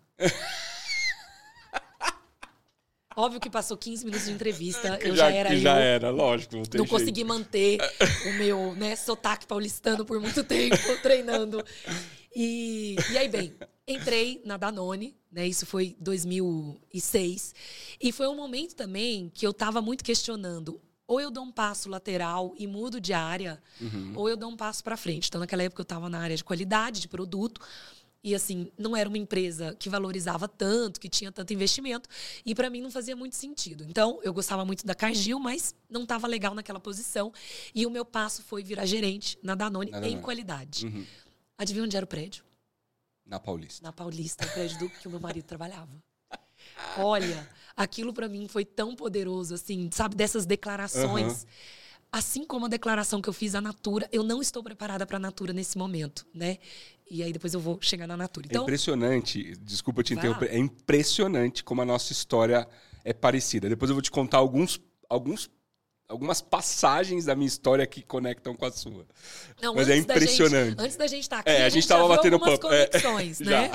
Óbvio que passou quinze minutos de entrevista. Que eu já, já era que eu. já era, lógico. Não, tem não jeito. consegui manter o meu, né, sotaque paulistano por muito tempo, treinando. E, e aí, bem, entrei na Danone, né? Isso foi dois mil e seis. E foi um momento também que eu estava muito questionando. Ou eu dou um passo lateral e mudo de área, uhum. ou eu dou um passo para frente. Então, naquela época, eu estava na área de qualidade, de produto. E, assim, não era uma empresa que valorizava tanto, que tinha tanto investimento. E, para mim, não fazia muito sentido. Então, eu gostava muito da Cargill, mas não estava legal naquela posição. E o meu passo foi virar gerente na Danone, na Danone. em qualidade. Uhum. Adivinha onde era o prédio? Na Paulista. Na Paulista, o prédio do que o meu marido trabalhava. Olha, aquilo para mim foi tão poderoso, assim, sabe? Dessas declarações. Uhum. Assim como a declaração que eu fiz à Natura, eu não estou preparada para a Natura nesse momento, né? E aí depois eu vou chegar na Natura. Então, é impressionante, desculpa te interromper, é impressionante como a nossa história é parecida. Depois eu vou te contar alguns, alguns, algumas passagens da minha história que conectam com a sua. Não, mas é impressionante. Gente, antes da gente estar aqui, é, a, a gente estava batendo algumas papo. conexões, é, né? Já.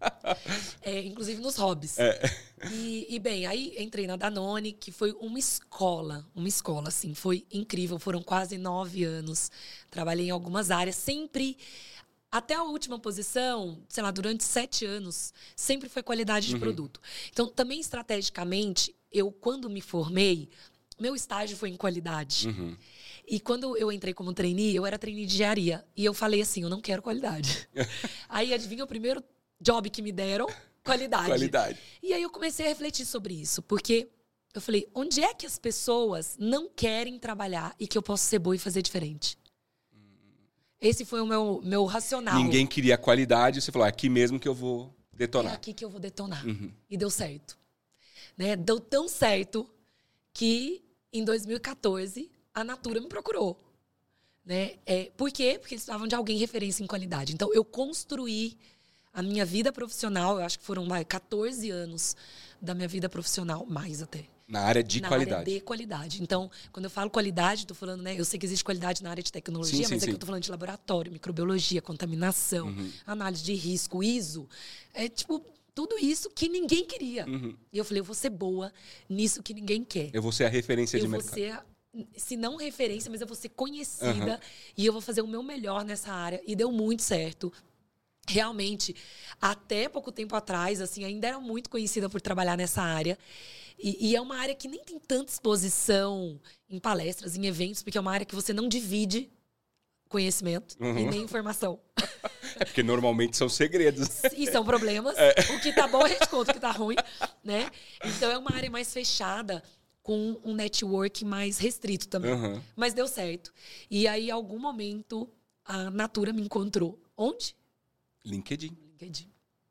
É, inclusive nos hobbies. É. E, e, bem, aí entrei na Danone, que foi uma escola. Uma escola, assim. Foi incrível. Foram quase nove anos. Trabalhei em algumas áreas. Sempre, até a última posição, sei lá, durante sete anos, sempre foi qualidade de uhum. produto. Então, também estrategicamente, eu, quando me formei, meu estágio foi em qualidade. Uhum. E quando eu entrei como trainee, eu era trainee de engenharia. E eu falei assim, eu não quero qualidade. Aí, adivinha o primeiro job que me deram? Qualidade. Qualidade. E aí eu comecei a refletir sobre isso. Porque eu falei, onde é que as pessoas não querem trabalhar e que eu posso ser boa e fazer diferente? Esse foi o meu, meu racional. Ninguém queria qualidade. Você falou, é aqui mesmo que eu vou detonar. É aqui que eu vou detonar. Uhum. E deu certo. Né? Deu tão certo que, em dois mil e quatorze, a Natura me procurou. Né? É, por quê? Porque eles precisavam de alguém referência em qualidade. Então, eu construí a minha vida profissional, eu acho que foram vai, quatorze anos da minha vida profissional, mais até. Na área de na qualidade. Na área de qualidade. Então, quando eu falo qualidade, estou falando, né? Eu sei que existe qualidade na área de tecnologia, sim, mas sim, é que sim. eu estou falando de laboratório, microbiologia, contaminação, uhum. análise de risco, I S O. É tipo, tudo isso que ninguém queria. Uhum. E eu falei, eu vou ser boa nisso que ninguém quer. Eu vou ser a referência eu de vou mercado. Ser, se não referência, mas eu vou ser conhecida uhum. e eu vou fazer o meu melhor nessa área. E deu muito certo. Realmente, até pouco tempo atrás, assim, ainda era muito conhecida por trabalhar nessa área. E, e é uma área que nem tem tanta exposição em palestras, em eventos, porque é uma área que você não divide conhecimento uhum. e nem informação. É porque normalmente são segredos. E são problemas. É. O que tá bom a gente conta, o que tá ruim, né? Então é uma área mais fechada, com um network mais restrito também. Uhum. Mas deu certo. E aí, em algum momento, a Natura me encontrou. Onde? LinkedIn. LinkedIn.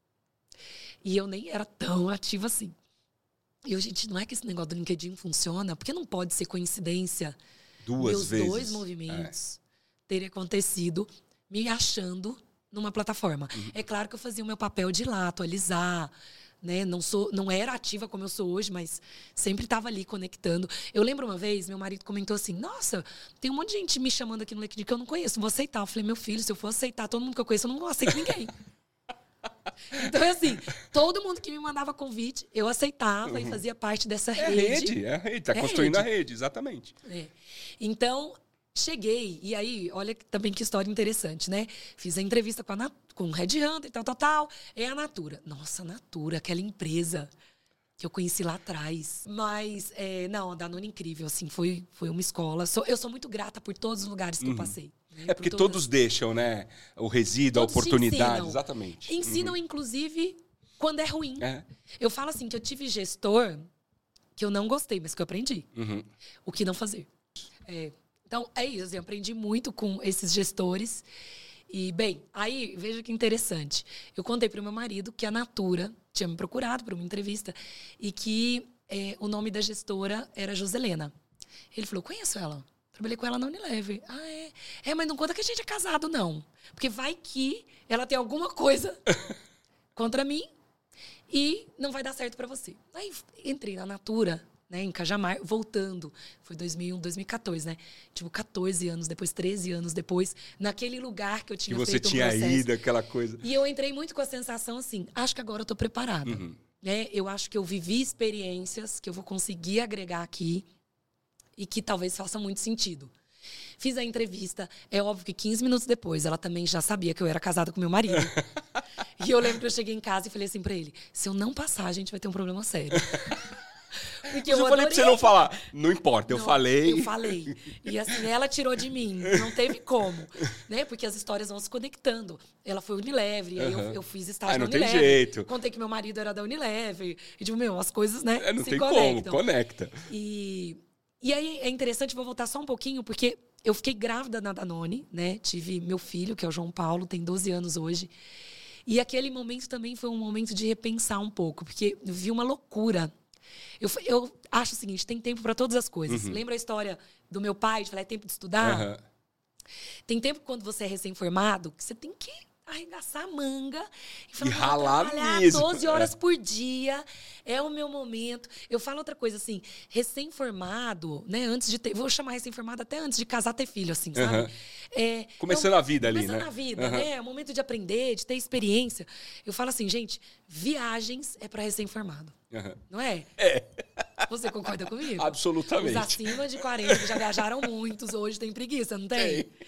E eu nem era tão ativa assim. E eu, gente, não é que esse negócio do LinkedIn funciona? Porque não pode ser coincidência. Duas meus vezes. dois movimentos é. terem acontecido me achando numa plataforma. Uhum. É claro que eu fazia o meu papel de ir lá, atualizar, né? Não, sou, não era ativa como eu sou hoje, mas sempre estava ali conectando. Eu lembro uma vez, meu marido comentou assim, nossa, tem um monte de gente me chamando aqui no LinkedIn que eu não conheço, vou aceitar. Eu falei, meu filho, se eu for aceitar todo mundo que eu conheço, eu não aceito ninguém. Então, assim, todo mundo que me mandava convite, eu aceitava uhum. e fazia parte dessa é rede. É a rede, é a rede. Tá é construindo rede. a rede, exatamente. É. Então, cheguei, e aí, olha também que história interessante, né? Fiz a entrevista com, a Nat- com o Red Hunter e tal, tal, tal. É a Natura. Nossa, a Natura, aquela empresa que eu conheci lá atrás. Mas, é, não, a Danone incrível, assim, foi, foi uma escola. Sou, eu sou muito grata por todos os lugares que uhum. eu passei. É porque todas... todos deixam, né? O resíduo, todos a oportunidade. Exatamente. Ensinam, uhum. inclusive, quando é ruim. É. Eu falo assim, que eu tive gestor que eu não gostei, mas que eu aprendi. Uhum. O que não fazer. É, então, é isso. Eu aprendi muito com esses gestores. E, bem, aí, veja que interessante. Eu contei para o meu marido que a Natura tinha me procurado para uma entrevista e que é, o nome da gestora era Joselena. Ele falou, conheço ela. Trabalhei com ela na Unilever. Ah, é? É, mas não conta que a gente é casado, não. Porque vai que ela tem alguma coisa contra mim e não vai dar certo para você. Aí entrei na Natura, né, em Cajamar, voltando. Foi dois mil e um, dois mil e quatorze, né? Tipo, quatorze anos depois, treze anos depois, naquele lugar que eu tinha feito feito um processo. Que você tinha ido, aquela coisa. E eu entrei muito com a sensação assim, acho que agora eu tô preparada. Uhum. Né? Eu acho que eu vivi experiências que eu vou conseguir agregar aqui e que talvez faça muito sentido. Fiz a entrevista, é óbvio que quinze minutos depois, ela também já sabia que eu era casada com meu marido. E eu lembro que eu cheguei em casa e falei assim pra ele, se eu não passar, a gente vai ter um problema sério. Porque eu, eu falei pra você não falar. Não importa, eu não, falei. Eu falei. E assim, ela tirou de mim. Não teve como. Né? Porque as histórias vão se conectando. Ela foi Unilever, aí uhum. eu, eu fiz estágio ah, na não Unilever. Tem jeito. Contei que meu marido era da Unilever. E tipo, meu, as coisas, né, é, não se tem conectam. Como, conecta. E, e aí é interessante, vou voltar só um pouquinho, porque eu fiquei grávida na Danone, né? Tive meu filho, que é o João Paulo, tem doze anos hoje. E aquele momento também foi um momento de repensar um pouco, porque eu vi uma loucura. Eu, eu acho o seguinte, tem tempo para todas as coisas. Uhum. Lembra a história do meu pai, de falar, é tempo de estudar? Uhum. Tem tempo quando você é recém-formado, que você tem que arregaçar a manga e, falar, e ralar trabalhar mesmo. doze horas é. por dia, é o meu momento. Eu falo outra coisa, assim, recém-formado, né, antes de ter, vou chamar recém-formado até antes de casar, ter filho, assim, sabe? Uhum. É, começando então, a vida ali, começando né? Começando a vida, uhum. né? É o momento de aprender, de ter experiência. Eu falo assim, gente, viagens é para recém-formado. Uhum. Não é? É. Você concorda comigo? Absolutamente. Os acima de quarenta que já viajaram muitos, hoje tem preguiça, não tem? tem.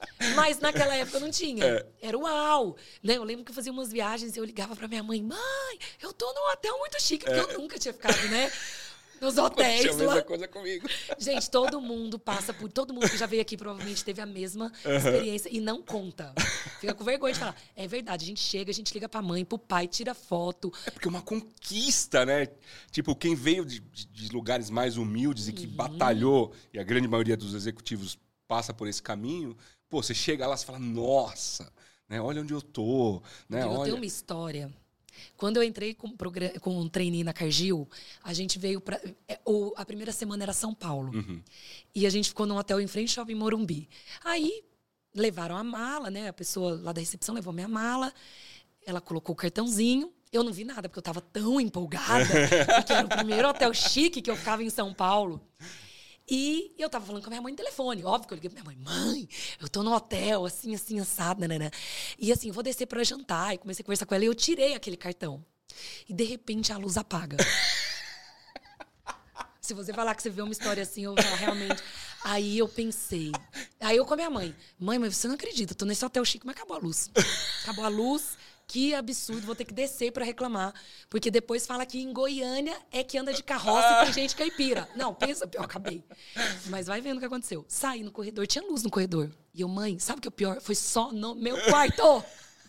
Mas naquela época não tinha. É. Era uau! Né? Eu lembro que eu fazia umas viagens e eu ligava pra minha mãe, mãe, eu tô num hotel muito chique, porque é. eu nunca tinha ficado, né? Nos hotéis. Tinha a mesma coisa comigo. Gente, todo mundo passa por... Todo mundo que já veio aqui provavelmente teve a mesma uhum. experiência e não conta. Fica com vergonha de falar. É verdade, a gente chega, a gente liga pra mãe, pro pai, tira foto. É porque é uma conquista, né? Tipo, quem veio de, de lugares mais humildes e que uhum. batalhou, e a grande maioria dos executivos passa por esse caminho, pô, você chega lá e fala, nossa, né? Olha onde eu tô. Né? Eu Olha... tenho uma história... Quando eu entrei com, com um trainee na Cargill, a gente veio para... A primeira semana era São Paulo. Uhum. E a gente ficou num hotel em frente ao Shopping Morumbi. Aí, levaram a mala, né? A pessoa lá da recepção levou minha mala. Ela colocou o cartãozinho. Eu não vi nada, porque eu estava tão empolgada. Porque era o primeiro hotel chique que eu ficava em São Paulo. E eu tava falando com a minha mãe no telefone. Óbvio que eu liguei pra minha mãe. Mãe, eu tô no hotel, assim, assim, assado, né, né? E assim, vou descer pra jantar. E comecei a conversar com ela e eu tirei aquele cartão. E, de repente, a luz apaga. Se você falar que você vê uma história assim, eu já realmente... Aí eu pensei... Aí eu com a minha mãe. Mãe, mas você não acredita. Tô nesse hotel chique, mas acabou a luz. Acabou a luz... Que absurdo, vou ter que descer para reclamar. Porque depois fala que em Goiânia é que anda de carroça e tem gente caipira. Não, pensa, eu acabei. Mas vai vendo o que aconteceu. Saí no corredor, tinha luz no corredor. E eu, mãe, sabe o que é o pior? Foi só no meu quarto.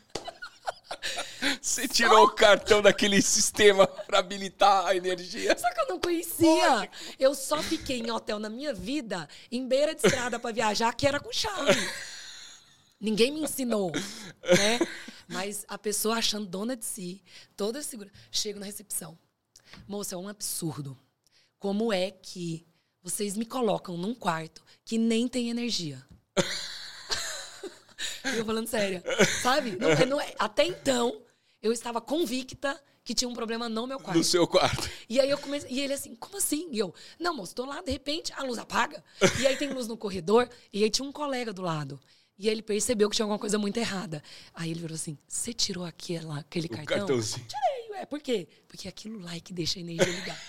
Você tirou só... o cartão daquele sistema para habilitar a energia. Só que eu não conhecia. Lógico. Eu só fiquei em hotel na minha vida, em beira de estrada para viajar, que era com chave. Ninguém me ensinou, né? Mas a pessoa achando dona de si, toda segura. Chego na recepção. Moça, é um absurdo. Como é que vocês me colocam num quarto que nem tem energia? Eu falando sério, sabe? Não, não é, até então, eu estava convicta que tinha um problema no meu quarto. No seu quarto. E aí eu comecei. E ele assim, como assim? E eu, não, moço, tô lá, de repente, a luz apaga. E aí tem luz no corredor, e aí tinha um colega do lado. E ele percebeu que tinha alguma coisa muito errada. Aí ele falou assim, você tirou aquela, aquele O cartão? cartãozinho. Tirei, ué, por quê? Porque aquilo lá é que deixa a energia ligar.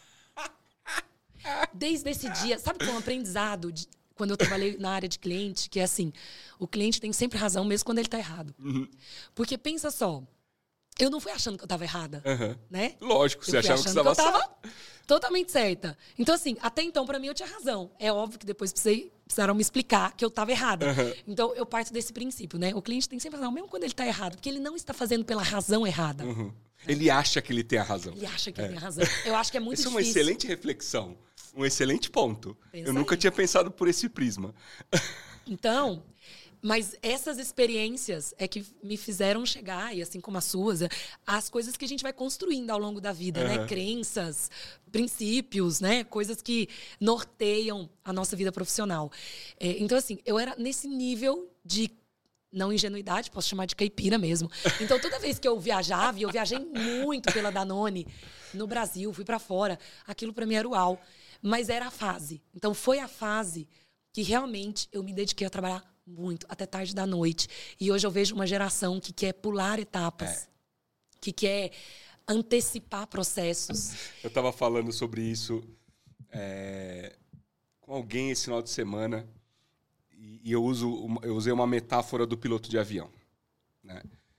Desde esse dia, sabe que é um aprendizado de, quando eu trabalhei na área de cliente, que é assim, o cliente tem sempre razão, mesmo quando ele tá errado. Uhum. Porque pensa só, eu não fui achando que eu estava errada, Uhum. né? Lógico, você eu fui achava que você achando estava que eu estava totalmente certa. Então, assim, até então, para mim, eu tinha razão. É óbvio que depois precisei, precisaram me explicar que eu estava errada. Uhum. Então, eu parto desse princípio, né? O cliente tem sempre razão, mesmo quando ele está errado, porque ele não está fazendo pela razão errada. Uhum. Ele acha que ele tem a razão. Ele acha que É. ele tem a razão. Eu acho que é muito Essa difícil. é uma excelente reflexão. Um excelente ponto. Pensa eu nunca aí. tinha pensado por esse prisma. Então, mas essas experiências é que me fizeram chegar, e assim como as suas, as coisas que a gente vai construindo ao longo da vida, Uhum. né? Crenças, princípios, né? Coisas que norteiam a nossa vida profissional. É, então, assim, eu era nesse nível de não ingenuidade, posso chamar de caipira mesmo. Então, toda vez que eu viajava, e eu viajei muito pela Danone, no Brasil, fui pra fora, aquilo pra mim era uau. Mas era a fase. Então, foi a fase que realmente eu me dediquei a trabalhar muito, até tarde da noite. E hoje eu vejo uma geração que quer pular etapas, É. que quer antecipar processos. Eu estava falando sobre isso é, com alguém esse final de semana e, e eu, uso, uma- eu usei uma metáfora do piloto de avião. Né?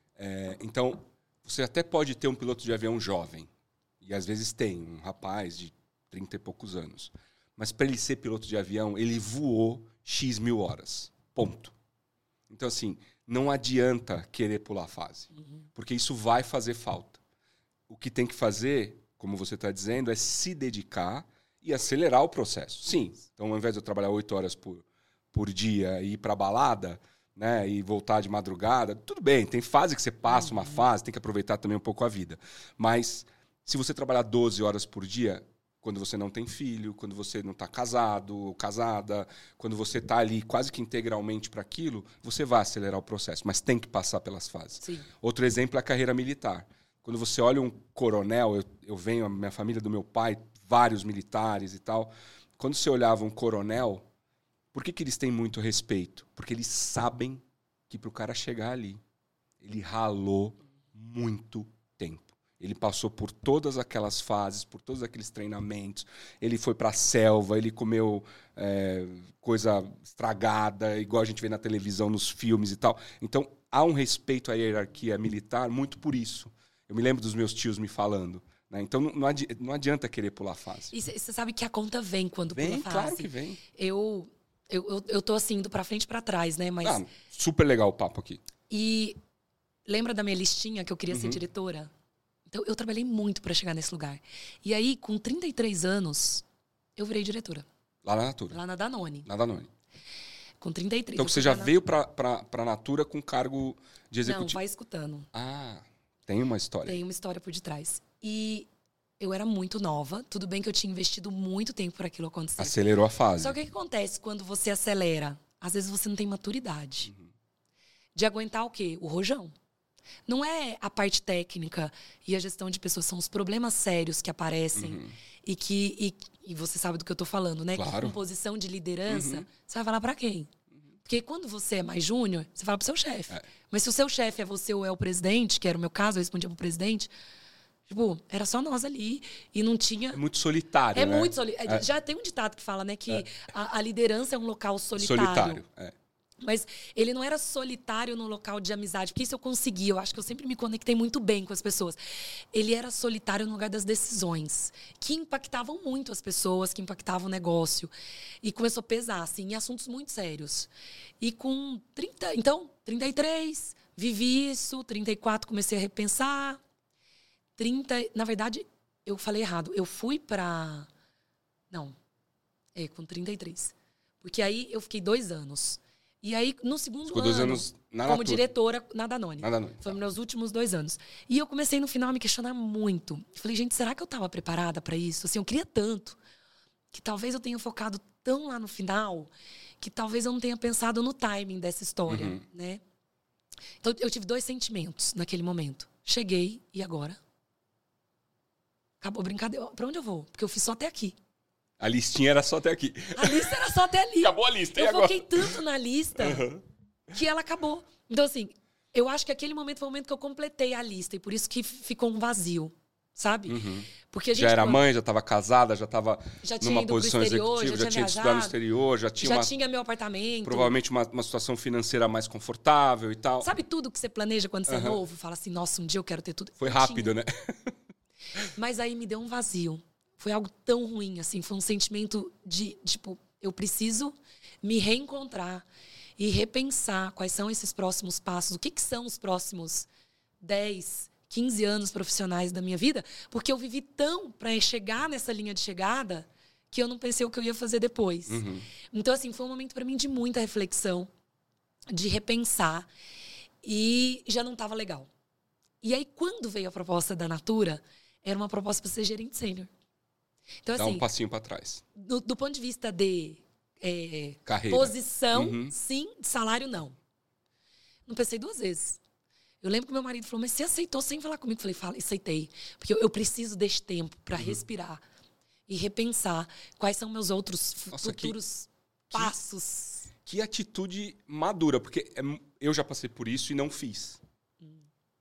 É, então, você até pode ter um piloto de avião jovem. E às vezes tem, um rapaz de trinta e poucos anos. Mas para ele ser piloto de avião, ele voou X mil horas. Ponto. Então, assim, não adianta querer pular a fase. Uhum. Porque isso vai fazer falta. O que tem que fazer, como você está dizendo, é se dedicar e acelerar o processo. Sim. Então, ao invés de eu trabalhar oito horas por, por dia e ir para a balada, né, e voltar de madrugada, tudo bem. Tem fase que você passa, Uhum. uma fase, tem que aproveitar também um pouco a vida. Mas se você trabalhar doze horas por dia, quando você não tem filho, quando você não está casado ou casada, quando você está ali quase que integralmente para aquilo, você vai acelerar o processo, mas tem que passar pelas fases. Sim. Outro exemplo é a carreira militar. Quando você olha um coronel, eu, eu venho, a minha família do meu pai, vários militares e tal. Quando você olhava um coronel, por que, que eles têm muito respeito? Porque eles sabem que para o cara chegar ali, ele ralou muito tempo. Ele passou por todas aquelas fases, por todos aqueles treinamentos. Ele foi para a selva, ele comeu é, coisa estragada, igual a gente vê na televisão, nos filmes e tal. Então, há um respeito à hierarquia militar muito por isso. Eu me lembro dos meus tios me falando. Né? Então, não, não, adi- não adianta querer pular fase. E você sabe que a conta vem quando Vem, pula fase. claro que vem. Eu, eu, eu, eu tô assim, indo pra frente e pra trás, né? Mas... Ah, super legal o papo aqui. E lembra da minha listinha que eu queria ser Uhum. diretora? Então, eu trabalhei muito para chegar nesse lugar. E aí, com trinta e três anos, eu virei diretora. Lá na Natura. Lá na Danone. Na Danone. Com trinta e três. Então, eu você fui já pra veio para a Natura com cargo de Não, executivo? vai escutando. Ah, tem uma história. Tem uma história por detrás. E eu era muito nova. Tudo bem que eu tinha investido muito tempo para aquilo acontecer. Acelerou a fase. Só que o que acontece quando você acelera? Às vezes você não tem maturidade. Uhum. De aguentar o quê? O rojão. Não é a parte técnica e a gestão de pessoas, são os problemas sérios que aparecem Uhum. e que e, e você sabe do que eu tô falando, né? Claro. Que com posição de liderança, Uhum. você vai falar pra quem? Porque quando você é mais júnior, você fala pro seu chefe. É. Mas se o seu chefe é você ou é o presidente, que era o meu caso, eu respondia pro presidente, tipo, era só nós ali e não tinha... É muito solitário, É né? muito solitário. É. Já tem um ditado que fala, né, que a, a liderança é um local solitário. Solitário, é. Mas ele não era solitário no local de amizade, porque isso eu consegui. Eu acho que eu sempre me conectei muito bem com as pessoas. Ele era solitário no lugar das decisões, que impactavam muito as pessoas, que impactavam o negócio. E começou a pesar, assim, em assuntos muito sérios. E com trinta... Então, trinta e três, vivi isso. trinta e quatro, comecei a repensar. trinta... Na verdade, eu falei errado. Eu fui para... Não. É, com trinta e três. Porque aí eu fiquei dois anos. E aí, no segundo Ficou ano, dois anos na como Natura. diretora na Danone. Na Danone, Foi tá. meus últimos dois anos. E eu comecei, no final, a me questionar muito. Falei, gente, será que eu estava preparada para isso? Assim, eu queria tanto que talvez eu tenha focado tão lá no final que talvez eu não tenha pensado no timing dessa história, Uhum. né? Então, eu tive dois sentimentos naquele momento. Cheguei, e agora? Acabou a brincadeira. Pra onde eu vou? Porque eu fiz só até aqui. A listinha era só até aqui. A lista era só até ali. Acabou a lista, e eu agora? foquei tanto na lista uhum. que ela acabou. Então, assim, eu acho que aquele momento foi o momento que eu completei a lista. E por isso que ficou um vazio, sabe? Uhum. Porque a gente, já era mãe, já estava casada, já estava numa posição exterior, executiva, já, já tinha estudado no exterior, já tinha, já uma, tinha meu apartamento. Provavelmente uma, uma situação financeira mais confortável e tal. Sabe tudo que você planeja quando você uhum. é novo? Fala assim, nossa, um dia eu quero ter tudo. Foi eu rápido, tinha. né? Mas aí me deu um vazio. Foi algo tão ruim, assim. Foi um sentimento de, tipo, eu preciso me reencontrar e repensar quais são esses próximos passos. O que, que são os próximos dez, quinze anos profissionais da minha vida? Porque eu vivi tão para chegar nessa linha de chegada que eu não pensei o que eu ia fazer depois. Uhum. Então, assim, foi um momento para mim de muita reflexão, de repensar. E já não estava legal. E aí, quando veio a proposta da Natura, era uma proposta para ser gerente sênior. Então, Dá assim, um passinho para trás. Do, do ponto de vista de é, carreira, posição, uhum. sim, de salário, não. Não pensei duas vezes. Eu lembro que meu marido falou, mas você aceitou sem falar comigo? Eu falei, fala, aceitei. Porque eu, eu preciso deste tempo para uhum. respirar e repensar quais são meus outros Nossa, futuros que, passos. Que, que atitude madura, porque eu já passei por isso e não fiz. Hum.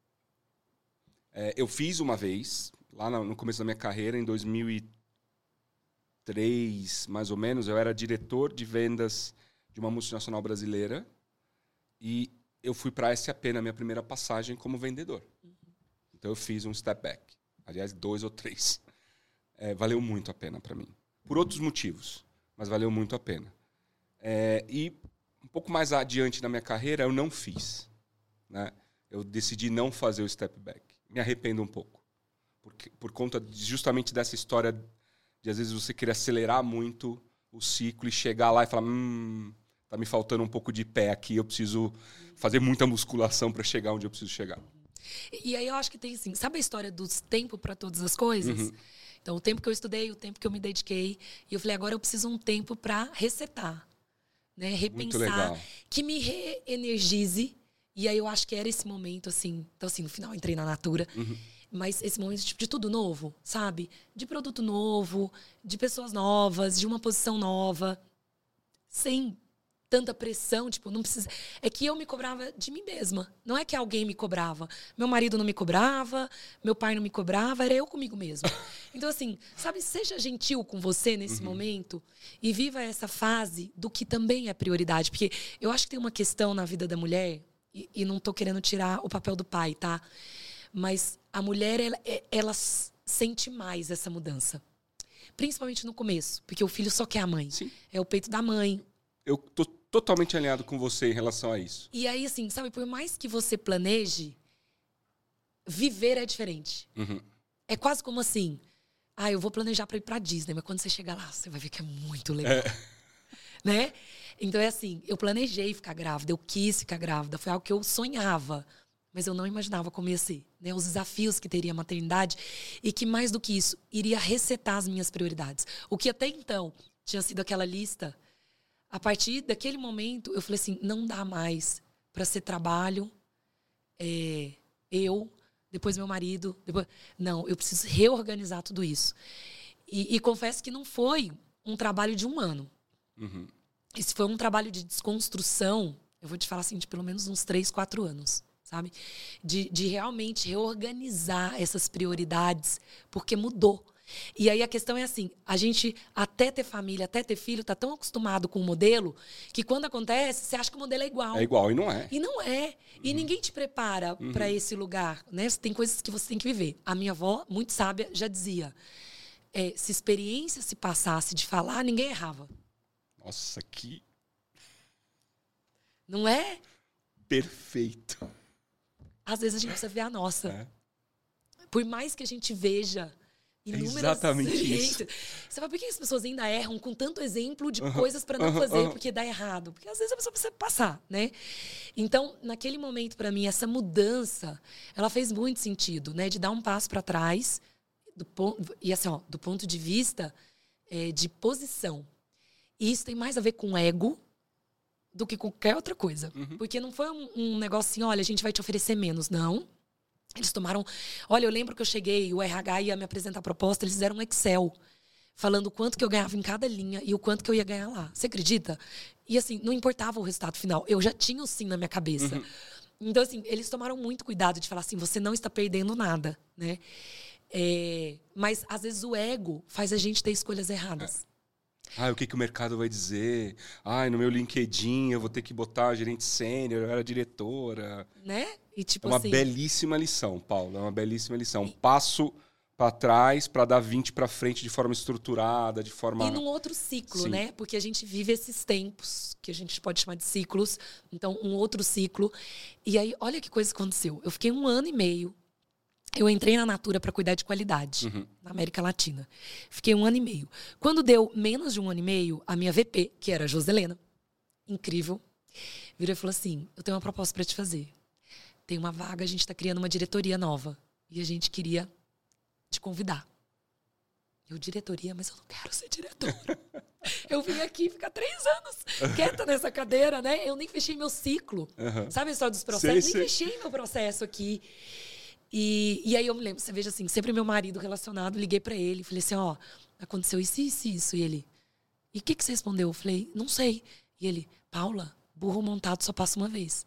É, eu fiz uma vez, lá no começo da minha carreira, em dois mil e três, mais ou menos, eu era diretor de vendas de uma multinacional brasileira e eu fui para a S A P na minha primeira passagem como vendedor. Uhum. Então, eu fiz um step back. Aliás, dois ou três. É, valeu muito a pena para mim. Por outros motivos, mas valeu muito a pena. É, e um pouco mais adiante na minha carreira, eu não fiz. Né? Eu decidi não fazer o step back. Me arrependo um pouco. Porque, por conta de, justamente dessa história de, às vezes, você querer acelerar muito o ciclo e chegar lá e falar, hum, tá me faltando um pouco de pé aqui, eu preciso fazer muita musculação para chegar onde eu preciso chegar. E, e aí eu acho que tem, assim, sabe a história dos tempos para todas as coisas? Uhum. Então, o tempo que eu estudei, o tempo que eu me dediquei, e eu falei, agora eu preciso de um tempo para resetar, né? Repensar, que me reenergize. E aí eu acho que era esse momento, assim, então assim, no final eu entrei na Natura, uhum. mas esse momento tipo, de tudo novo, sabe? De produto novo, de pessoas novas, de uma posição nova, sem tanta pressão, tipo, não precisa... É que eu me cobrava de mim mesma. Não é que alguém me cobrava. Meu marido não me cobrava, meu pai não me cobrava, era eu comigo mesma. Então, assim, sabe, seja gentil com você nesse uhum. momento e viva essa fase do que também é prioridade. Porque eu acho que tem uma questão na vida da mulher, e, e não tô querendo tirar o papel do pai, tá? Mas a mulher, ela, ela sente mais essa mudança. Principalmente no começo, porque o filho só quer a mãe. Sim. É o peito da mãe. Eu tô totalmente alinhado com você em relação a isso. E aí, assim, sabe, por mais que você planeje, viver é diferente. Uhum. É quase como assim, ah, eu vou planejar para ir pra Disney, mas quando você chegar lá, você vai ver que é muito legal. É. Né? Então, é assim, eu planejei ficar grávida, eu quis ficar grávida, foi algo que eu sonhava, mas eu não imaginava como ia ser. Né? Os desafios que teria a maternidade e que, mais do que isso, iria resetar as minhas prioridades. O que até então tinha sido aquela lista... A partir daquele momento, eu falei assim, não dá mais para ser trabalho, é, eu, depois meu marido. Depois... Não, eu preciso reorganizar tudo isso. E, e confesso que não foi um trabalho de um ano. Uhum. Esse foi um trabalho de desconstrução, eu vou te falar assim, de pelo menos uns três, quatro anos, sabe? De, de realmente reorganizar essas prioridades, porque mudou. E aí a questão é assim, a gente até ter família, até ter filho, tá tão acostumado com o modelo que quando acontece, você acha que o modelo é igual. É igual e não é. E não é. Uhum. E ninguém te prepara uhum. para esse lugar, né? Tem coisas que você tem que viver. A minha avó, muito sábia, já dizia, é, se experiência se passasse de falar, ninguém errava. Nossa, que... Não é? Perfeito. Às vezes a gente precisa ver a nossa. É. Por mais que a gente veja... É exatamente isso. Você fala, por que as pessoas ainda erram com tanto exemplo de uhum, coisas para não uhum, fazer, uhum. porque dá errado? Porque às vezes a pessoa precisa passar, né? Então, naquele momento, para mim, essa mudança, ela fez muito sentido, né? De dar um passo para trás, do ponto, e assim, ó, do ponto de vista é, de posição. E isso tem mais a ver com ego do que qualquer outra coisa. Uhum. Porque não foi um, um negócio assim, olha, a gente vai te oferecer menos. Não. Eles tomaram... Olha, eu lembro que eu cheguei, o R H ia me apresentar a proposta, eles fizeram um Excel falando o quanto que eu ganhava em cada linha e o quanto que eu ia ganhar lá. Você acredita? E assim, não importava o resultado final. Eu já tinha o sim na minha cabeça. Uhum. Então, assim, eles tomaram muito cuidado de falar assim, você não está perdendo nada, né? É, mas, às vezes, o ego faz a gente ter escolhas erradas. É. Ah, o que, que o mercado vai dizer? Ah, no meu LinkedIn eu vou ter que botar gerente sênior, eu era diretora. Né? E, tipo, é uma assim... belíssima lição, Paulo. É uma belíssima lição. E... Passo para trás para dar vinte para frente de forma estruturada, de forma... E num outro ciclo, Sim. né? Porque a gente vive esses tempos, que a gente pode chamar de ciclos. Então, um outro ciclo. E aí, olha que coisa aconteceu. Eu fiquei um ano e meio. Eu entrei na Natura para cuidar de qualidade, uhum. na América Latina. Fiquei um ano e meio. Quando deu menos de um ano e meio, a minha V P, que era a Joselena, incrível, virou e falou assim, eu tenho uma proposta para te fazer. Tem uma vaga, a gente está criando uma diretoria nova. E a gente queria te convidar. Eu, diretoria, mas eu não quero ser diretora. Eu vim aqui ficar três anos quieta nessa cadeira, né? Eu nem fechei meu ciclo. Uhum. Sabe a história dos processos? Sei, nem sei. Fechei meu processo aqui. E, e aí eu me lembro, você veja assim, sempre meu marido relacionado, liguei pra ele, falei assim, ó, aconteceu isso, isso, isso. E ele, e o que, que você respondeu? Eu falei, não sei. E ele, Paula, burro montado só passa uma vez.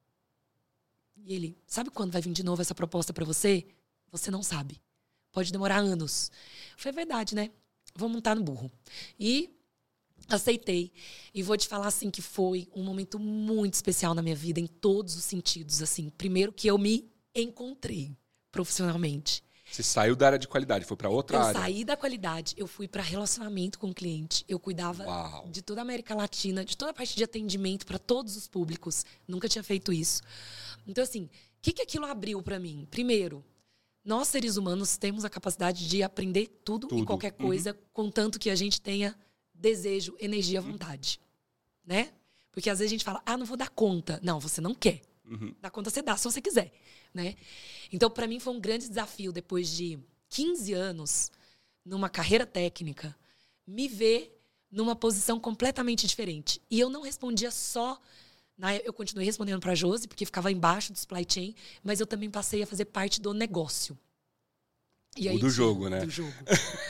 E ele, sabe quando vai vir de novo essa proposta pra você? Você não sabe. Pode demorar anos. Eu falei, é verdade, né? Vou montar no burro. E aceitei. E vou te falar, assim, que foi um momento muito especial na minha vida, em todos os sentidos, assim. Primeiro que eu me encontrei profissionalmente. Você saiu da área de qualidade, foi para outra eu área? Eu saí da qualidade, eu fui para relacionamento com o cliente. Eu cuidava Uau. de toda a América Latina, de toda a parte de atendimento para todos os públicos. Nunca tinha feito isso. Então, assim, o que, que aquilo abriu para mim? Primeiro, nós, seres humanos, temos a capacidade de aprender tudo, tudo. e qualquer coisa, uhum. contanto que a gente tenha desejo, energia, vontade. Uhum. Né? Porque às vezes a gente fala, ah, não vou dar conta. Não, você não quer. Uhum. Dar conta você dá, se você quiser. Né? Então, para mim, foi um grande desafio, depois de quinze anos, numa carreira técnica, me ver numa posição completamente diferente. E eu não respondia só... Na, eu continuei respondendo para a Josi, porque ficava embaixo do supply chain, mas eu também passei a fazer parte do negócio. E aí, Muda o jogo, né? Do jogo.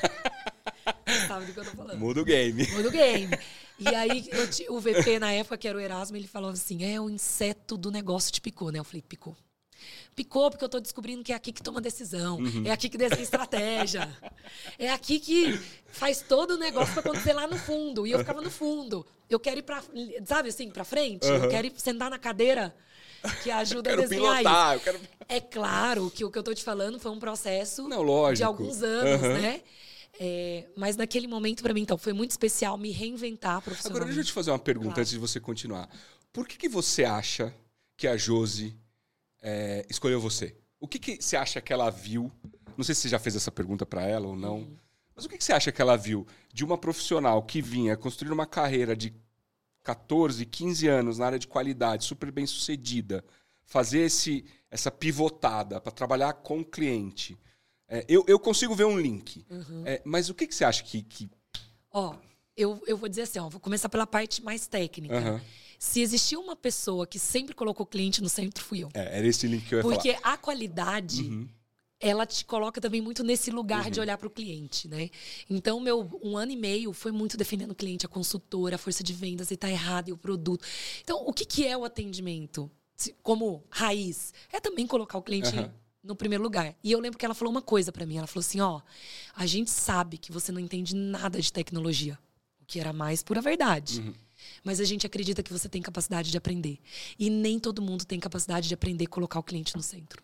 Sabe do que eu tô falando? Muda o game. Muda o game. E aí, eu, o V P, na época, que era o Erasmo, ele falou assim, é, o inseto do negócio te picou, né? Eu falei, picou. Picou porque eu tô descobrindo que é aqui que toma decisão, uhum. é aqui que desenha estratégia, é aqui que faz todo o negócio para acontecer lá no fundo. E eu ficava no fundo. Eu quero ir para, sabe assim, para frente. Uhum. Eu quero ir sentar na cadeira que ajuda a desenhar pilotar, isso. Eu quero... É claro que o que eu tô te falando foi um processo Não, lógico. de alguns anos, uhum. né? É, mas naquele momento, para mim, então, foi muito especial me reinventar profissionalmente. Agora, deixa eu te fazer uma pergunta claro. antes de você continuar. Por que, que você acha que a Josi É, escolheu você? O que, que você acha que ela viu? Não sei se você já fez essa pergunta para ela ou não. Uhum. Mas o que, que você acha que ela viu de uma profissional que vinha construir uma carreira de catorze, quinze anos na área de qualidade, super bem sucedida, fazer esse, essa pivotada para trabalhar com o cliente? É, eu, eu consigo ver um link. Uhum. É, mas o que, que você acha que... que... Ó, eu, eu vou dizer assim, ó, vou começar pela parte mais técnica. Uhum. Se existiu uma pessoa que sempre colocou o cliente no centro, fui eu. É, era esse link que eu ia Porque falar. a qualidade, uhum. ela te coloca também muito nesse lugar uhum. de olhar para o cliente, né? Então, meu um ano e meio foi muito defendendo o cliente, a consultora, a força de vendas, e tá errado, e o produto. Então, o que, que é o atendimento? Como raiz? É também colocar o cliente uhum. no primeiro lugar. E eu lembro que ela falou uma coisa para mim. Ela falou assim, ó, a gente sabe que você não entende nada de tecnologia. O que era mais pura verdade. Uhum. Mas a gente acredita que você tem capacidade de aprender. E nem todo mundo tem capacidade de aprender a colocar o cliente no centro.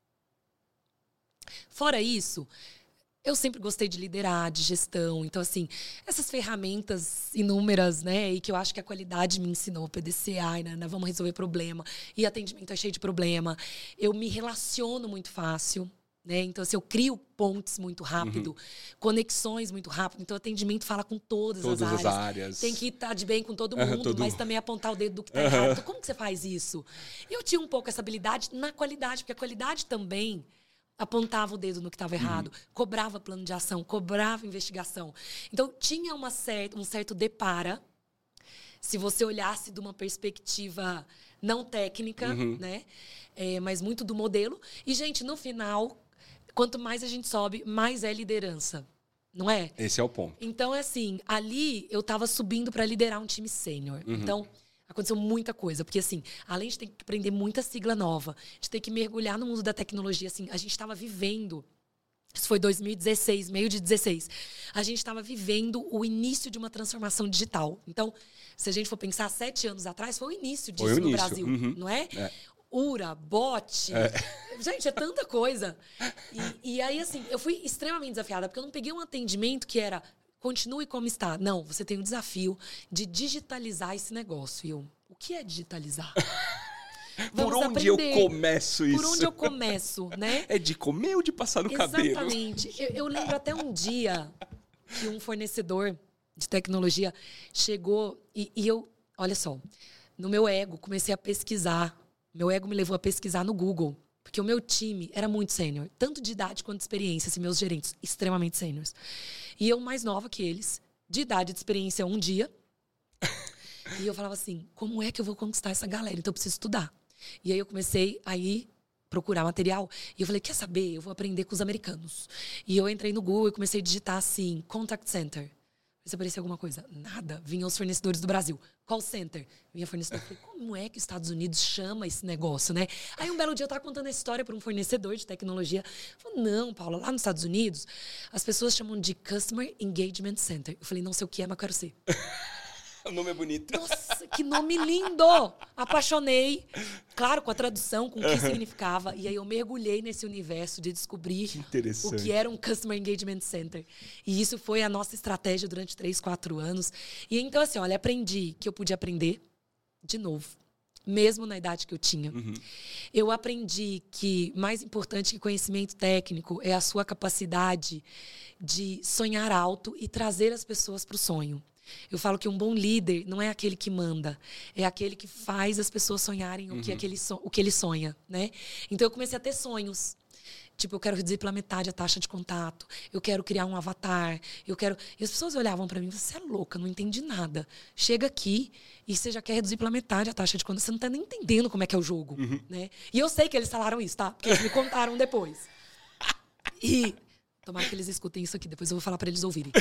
Fora isso, eu sempre gostei de liderar, de gestão. Então, assim, essas ferramentas inúmeras, né? E que eu acho que a qualidade me ensinou. P D C A, né? Vamos resolver problema. E atendimento é cheio de problema. Eu me relaciono muito fácil. Né? Então, assim, eu crio pontes muito rápido, uhum. conexões muito rápido. Então, o atendimento fala com todas, todas as, áreas. as áreas. Tem que estar de bem com todo mundo, uhum, todo... mas também apontar o dedo do que está uhum. errado. Então, como que você faz isso? Eu tinha um pouco essa habilidade na qualidade, porque a qualidade também apontava o dedo no que estava errado, uhum. cobrava plano de ação, cobrava investigação. Então, tinha uma certa, um certo depara se você olhasse de uma perspectiva não técnica, uhum. né? É, mas muito do modelo. E, gente, no final, quanto mais a gente sobe, mais é liderança. Não é? Esse é o ponto. Então, é assim, ali eu estava subindo para liderar um time sênior. Uhum. Então, aconteceu muita coisa. Porque, assim, além de ter que aprender muita sigla nova, de ter que mergulhar no mundo da tecnologia, assim, a gente estava vivendo... Isso foi dois mil e dezesseis, meio de dezesseis. A gente estava vivendo o início de uma transformação digital. Então, se a gente for pensar, sete anos atrás, foi o início disso foi o no início. Brasil, uhum. não é? é. Ura, bot. É. Gente, é tanta coisa. E, e aí, assim, eu fui extremamente desafiada, porque eu não peguei um atendimento que era continue como está. Não, você tem o desafio de digitalizar esse negócio. E eu, o que é digitalizar? Vamos Por onde aprender. eu começo isso? Por onde eu começo, né? É de comer ou de passar no cabelo? Exatamente. Eu, eu lembro até um dia que um fornecedor de tecnologia chegou e, e eu, olha só, no meu ego, comecei a pesquisar. Meu ego me levou a pesquisar no Google. Porque o meu time era muito sênior. Tanto de idade quanto de experiência. Assim, meus gerentes, extremamente sêniores. E eu mais nova que eles. De idade e de experiência, um dia. E eu falava assim, como é que eu vou conquistar essa galera? Então eu preciso estudar. E aí eu comecei a ir procurar material. E eu falei, quer saber? Eu vou aprender com os americanos. E eu entrei no Google e comecei a digitar assim, contact center. Se aparecia alguma coisa. Nada. Vinham os fornecedores do Brasil. Call center. Vinha fornecedor. Eu falei, como é que os Estados Unidos chama esse negócio, né? Aí um belo dia eu estava contando a história para um fornecedor de tecnologia. Eu falei, não, Paula, lá nos Estados Unidos, as pessoas chamam de Customer Engagement Center. Eu falei, não sei o que é, mas quero ser. O nome é bonito. Nossa, que nome lindo! Apaixonei. Claro, com a tradução, com o que significava. E aí eu mergulhei nesse universo de descobrir que o que era um Customer Engagement Center. E isso foi a nossa estratégia durante três, quatro anos. E então, assim, olha, aprendi que eu podia aprender de novo. Mesmo na idade que eu tinha. Uhum. Eu aprendi que mais importante que conhecimento técnico é a sua capacidade de sonhar alto e trazer as pessoas para o sonho. Eu falo que um bom líder não é aquele que manda, é aquele que faz as pessoas sonharem uhum. o, que aquele so, o que ele sonha, né? Então, eu comecei a ter sonhos. Tipo, eu quero reduzir pela metade a taxa de contato, eu quero criar um avatar, eu quero... E as pessoas olhavam para mim, você é louca, não entendi nada. Chega aqui e você já quer reduzir pela metade a taxa de contato, você não está nem entendendo como é que é o jogo, uhum. né? E eu sei que eles falaram isso, tá? Porque eles me contaram depois. E... Tomara que eles escutem isso aqui, depois eu vou falar para eles ouvirem.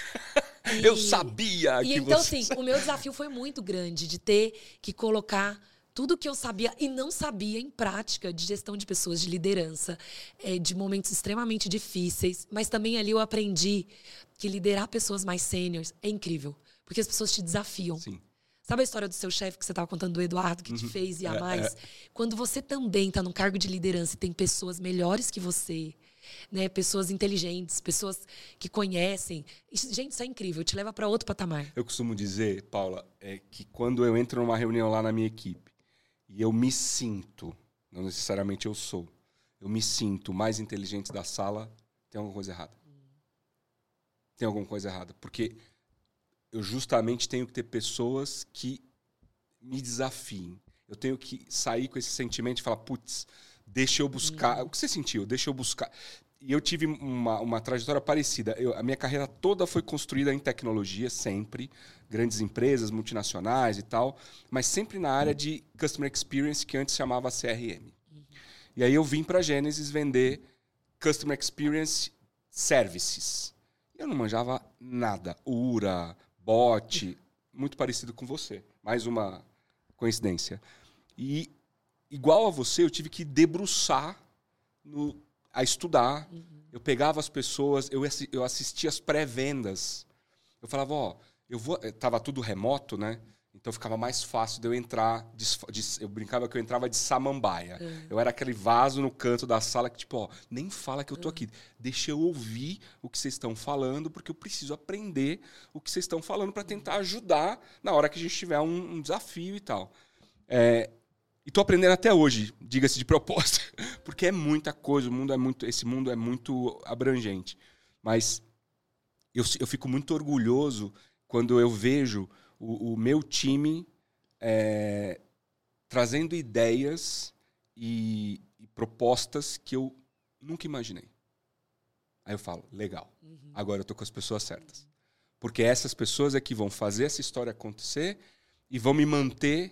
E, eu sabia e que então, você... assim, o meu desafio foi muito grande de ter que colocar tudo que eu sabia e não sabia em prática de gestão de pessoas, de liderança, é, de momentos extremamente difíceis. Mas também ali eu aprendi que liderar pessoas mais sêniores é incrível, porque as pessoas te desafiam. Sim. Sabe a história do seu chefe que você estava contando do Eduardo, que uhum. te fez ir a mais? É, é. Quando você também está num cargo de liderança e tem pessoas melhores que você... Né, pessoas inteligentes, pessoas que conhecem. Isso, gente, isso é incrível, te leva para outro patamar. Eu costumo dizer, Paula, é que quando eu entro numa reunião lá na minha equipe e eu me sinto, não necessariamente eu sou, eu me sinto mais inteligente da sala, tem alguma coisa errada. Hum. Tem alguma coisa errada. Porque eu justamente tenho que ter pessoas que me desafiem. Eu tenho que sair com esse sentimento e falar, putz, deixa eu buscar... Hum. O que você sentiu? Deixa eu buscar... E eu tive uma, uma trajetória parecida. Eu, a minha carreira toda foi construída em tecnologia, sempre. Grandes empresas, multinacionais e tal. Mas sempre na área de Customer Experience, que antes chamava C R M. Uhum. E aí eu vim para a Gênesis vender Customer Experience Services. Eu não manjava nada. Ura, bot, muito parecido com você. Mais uma coincidência. E... Igual a você, eu tive que debruçar no, a estudar. Uhum. Eu pegava as pessoas, eu, eu assistia as pré-vendas. Eu falava, ó, eu vou... Tava tudo remoto, né? Então ficava mais fácil de eu entrar... De, de, eu brincava que eu entrava de samambaia. Uhum. Eu era aquele vaso no canto da sala que, tipo, ó, nem fala que eu tô aqui. Deixa eu ouvir o que vocês estão falando, porque eu preciso aprender o que vocês estão falando para tentar ajudar na hora que a gente tiver um, um desafio e tal. É... E estou aprendendo até hoje, diga-se de propósito, porque é muita coisa, o mundo é muito, esse mundo é muito abrangente. Mas eu, eu fico muito orgulhoso quando eu vejo o, o meu time é, trazendo ideias e, e propostas que eu nunca imaginei. Aí eu falo, legal, uhum. agora eu estou com as pessoas certas. Porque essas pessoas é que vão fazer essa história acontecer e vão me manter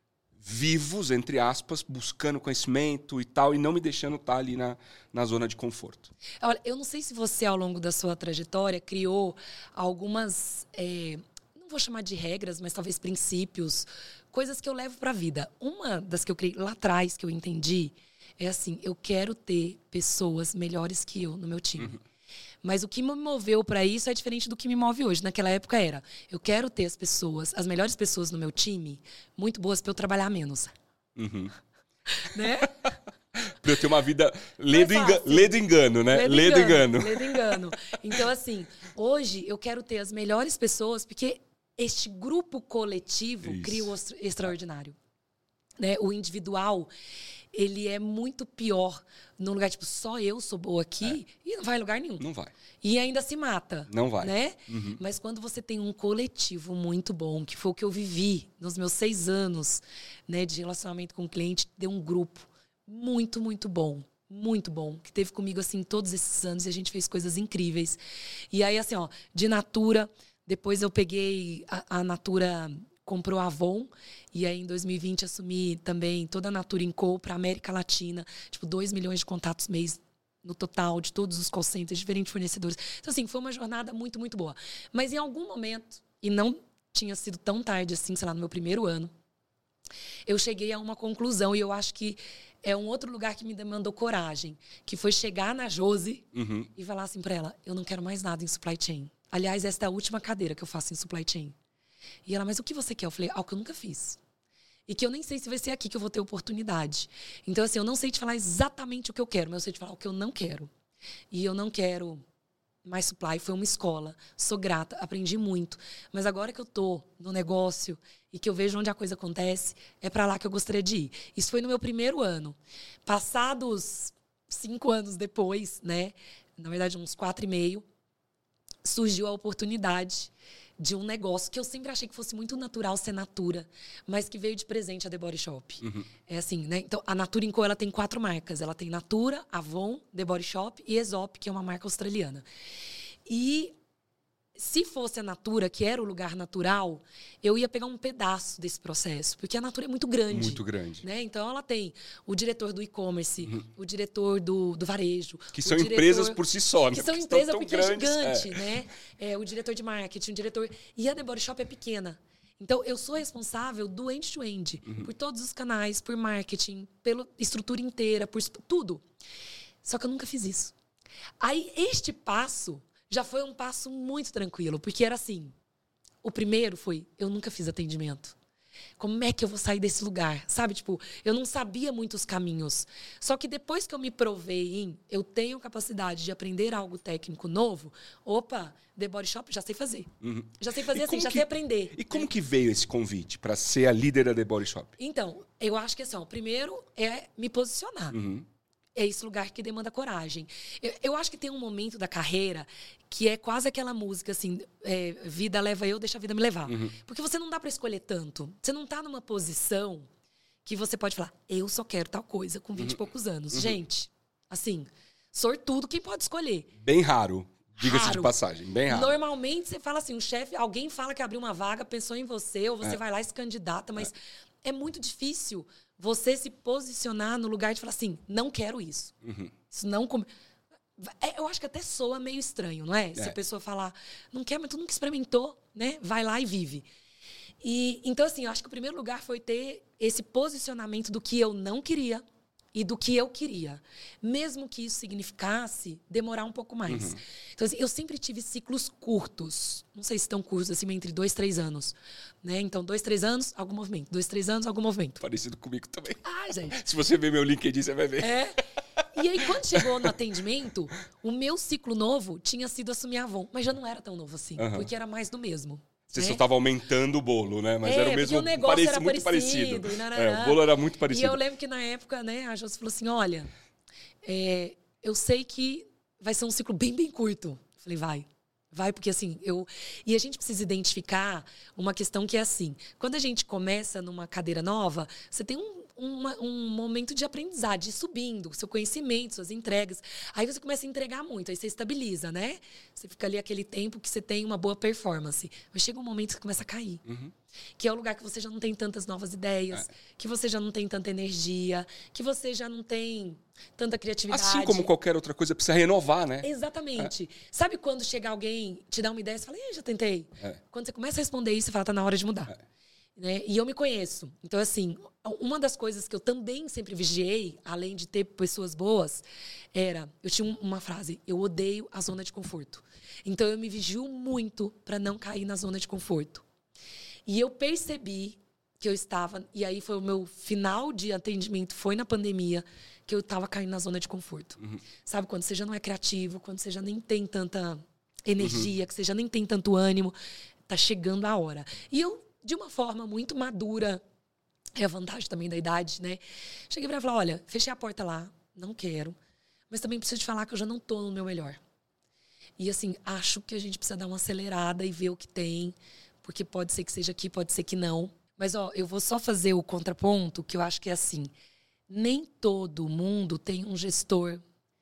vivos, entre aspas, buscando conhecimento e tal, e não me deixando estar ali na, na zona de conforto. Olha, eu não sei se você, ao longo da sua trajetória, criou algumas, é, não vou chamar de regras, mas talvez princípios, coisas que eu levo para a vida. Uma das que eu criei lá atrás, que eu entendi, é assim, eu quero ter pessoas melhores que eu no meu time. Uhum. Mas o que me moveu para isso é diferente do que me move hoje. Naquela época era, eu quero ter as pessoas, as melhores pessoas no meu time, muito boas para eu trabalhar menos. Uhum. Né? Para eu ter uma vida... Lê do, engano, lê do engano, né? Lê do engano. Lê do engano. Então, assim, hoje eu quero ter as melhores pessoas, porque este grupo coletivo isso. cria o extraordinário. Né? O individual... ele é muito pior num lugar, tipo, só eu sou boa aqui é. e não vai em lugar nenhum. Não vai. E ainda se mata. Não vai. Né? Uhum. Mas quando você tem um coletivo muito bom, que foi o que eu vivi nos meus seis anos, né, de relacionamento com o cliente, deu um grupo muito, muito bom. Muito bom. Que teve comigo, assim, todos esses anos e a gente fez coisas incríveis. E aí, assim, ó, de Natura, depois eu peguei a, a Natura... comprou a Avon, e aí em dois mil e vinte assumi também toda a Natura Co para a América Latina, tipo, dois milhões de contatos mês no total, de todos os call centers, diferentes fornecedores. Então, assim, foi uma jornada muito, muito boa. Mas em algum momento, e não tinha sido tão tarde assim, sei lá, no meu primeiro ano, eu cheguei a uma conclusão, e eu acho que é um outro lugar que me demandou coragem, que foi chegar na Josi uhum. e falar assim para ela, eu não quero mais nada em supply chain. Aliás, esta é a última cadeira que eu faço em supply chain. E ela, mas o que você quer? Eu falei, algo que eu nunca fiz. E que eu nem sei se vai ser aqui que eu vou ter oportunidade. Então, assim, eu não sei te falar exatamente o que eu quero, mas eu sei te falar o que eu não quero. E eu não quero mais supply. Foi uma escola. Sou grata, aprendi muito. Mas agora que eu tô no negócio e que eu vejo onde a coisa acontece, é para lá que eu gostaria de ir. Isso foi no meu primeiro ano. Passados cinco anos depois, né? Na verdade, uns quatro e meio, surgiu a oportunidade de um negócio que eu sempre achei que fosse muito natural ser Natura, mas que veio de presente a The Body Shop. Uhum. É assim, né? Então, a Natura Co, ela tem quatro marcas. Ela tem Natura, Avon, The Body Shop e Aesop, que é uma marca australiana. E se fosse a Natura, que era o lugar natural, eu ia pegar um pedaço desse processo, porque a Natura é muito grande. Muito grande. Né? Então, ela tem o diretor do e-commerce, uhum. o diretor do, do varejo. Que são diretor, empresas por si só, né? Que são porque empresas porque grandes, é gigante, é. né? É, o diretor de marketing, o diretor... E a The Body Shop é pequena. Então, eu sou responsável do end-to-end, uhum. por todos os canais, por marketing, pela estrutura inteira, por tudo. Só que eu nunca fiz isso. Aí, este passo... já foi um passo muito tranquilo, porque era assim, o primeiro foi, eu nunca fiz atendimento. Como é que eu vou sair desse lugar? Sabe, tipo, eu não sabia muitos caminhos. Só que depois que eu me provei em, eu tenho capacidade de aprender algo técnico novo, opa, The Body Shop, já sei fazer. Uhum. Já sei fazer assim, já que, sei aprender. E como né? que veio esse convite para ser a líder da The Body Shop? Então, eu acho que assim, ó, o primeiro é me posicionar. Uhum. É esse lugar que demanda coragem. Eu, eu acho que tem um momento da carreira que é quase aquela música, assim, é, vida leva eu, deixa a vida me levar. Uhum. Porque você não dá para escolher tanto. Você não tá numa posição que você pode falar, eu só quero tal coisa com vinte uhum. e poucos anos. Uhum. Gente, assim, sortudo quem pode escolher. Bem raro. Diga-se de passagem, bem raro. Normalmente, você fala assim, um chefe, alguém fala que abriu uma vaga, pensou em você, ou você é. vai lá e se candidata, mas é, é muito difícil você se posicionar no lugar de falar assim, não quero isso. Uhum. Isso não... Com... É, eu acho que até soa meio estranho, não é? Se é. a pessoa falar, não quer, mas tu nunca experimentou, né? Vai lá e vive. E, então, assim, eu acho que o primeiro lugar foi ter esse posicionamento do que eu não queria e do que eu queria. Mesmo que isso significasse demorar um pouco mais. Uhum. Então, assim, eu sempre tive ciclos curtos. Não sei se tão curtos, assim, entre dois, três anos. Né? Então, dois, três anos, algum movimento. Dois, três anos, algum movimento. Parecido comigo também. Ah, gente. Se você ver meu LinkedIn, você vai ver. É. E aí, quando chegou no atendimento, o meu ciclo novo tinha sido assumir a Avon. Mas já não era tão novo assim, uhum. porque era mais do mesmo. Você né? só estava aumentando o bolo, né? Mas é, era o mesmo, o negócio parecido, era muito parecido. parecido. Não, não, é, não. o bolo era muito parecido. E eu lembro que na época, né, a Josi falou assim, olha, é, eu sei que vai ser um ciclo bem, bem curto. Eu falei, vai. Vai, porque assim, eu... E a gente precisa identificar uma questão que é assim, quando a gente começa numa cadeira nova, você tem um uma, um momento de aprendizado, de ir subindo, seu conhecimento, suas entregas. Aí você começa a entregar muito, aí você estabiliza, né? Você fica ali aquele tempo que você tem uma boa performance. Mas chega um momento que você começa a cair. Uhum. Que é o lugar que você já não tem tantas novas ideias, é. que você já não tem tanta energia, que você já não tem tanta criatividade. Assim como qualquer outra coisa, precisa renovar, né? Exatamente. É. Sabe quando chega alguém, te dá uma ideia, você fala, já tentei. É. Quando você começa a responder isso, você fala, tá na hora de mudar. É. Né? E eu me conheço. Então, assim, uma das coisas que eu também sempre vigiei, além de ter pessoas boas, era... Eu tinha uma frase, eu odeio a zona de conforto. Então, eu me vigio muito para não cair na zona de conforto. E eu percebi que eu estava... E aí, foi o meu final de atendimento, foi na pandemia, que eu estava caindo na zona de conforto. Uhum. Sabe, quando você já não é criativo, quando você já nem tem tanta energia, uhum. que você já nem tem tanto ânimo, tá chegando a hora. E eu... de uma forma muito madura, é a vantagem também da idade, né? Cheguei pra falar, olha, fechei a porta lá, não quero, mas também preciso te falar que eu já não tô no meu melhor. E assim, acho que a gente precisa dar uma acelerada e ver o que tem, porque pode ser que seja aqui, pode ser que não. Mas, ó, eu vou só fazer o contraponto, que eu acho que é assim, nem todo mundo tem um gestor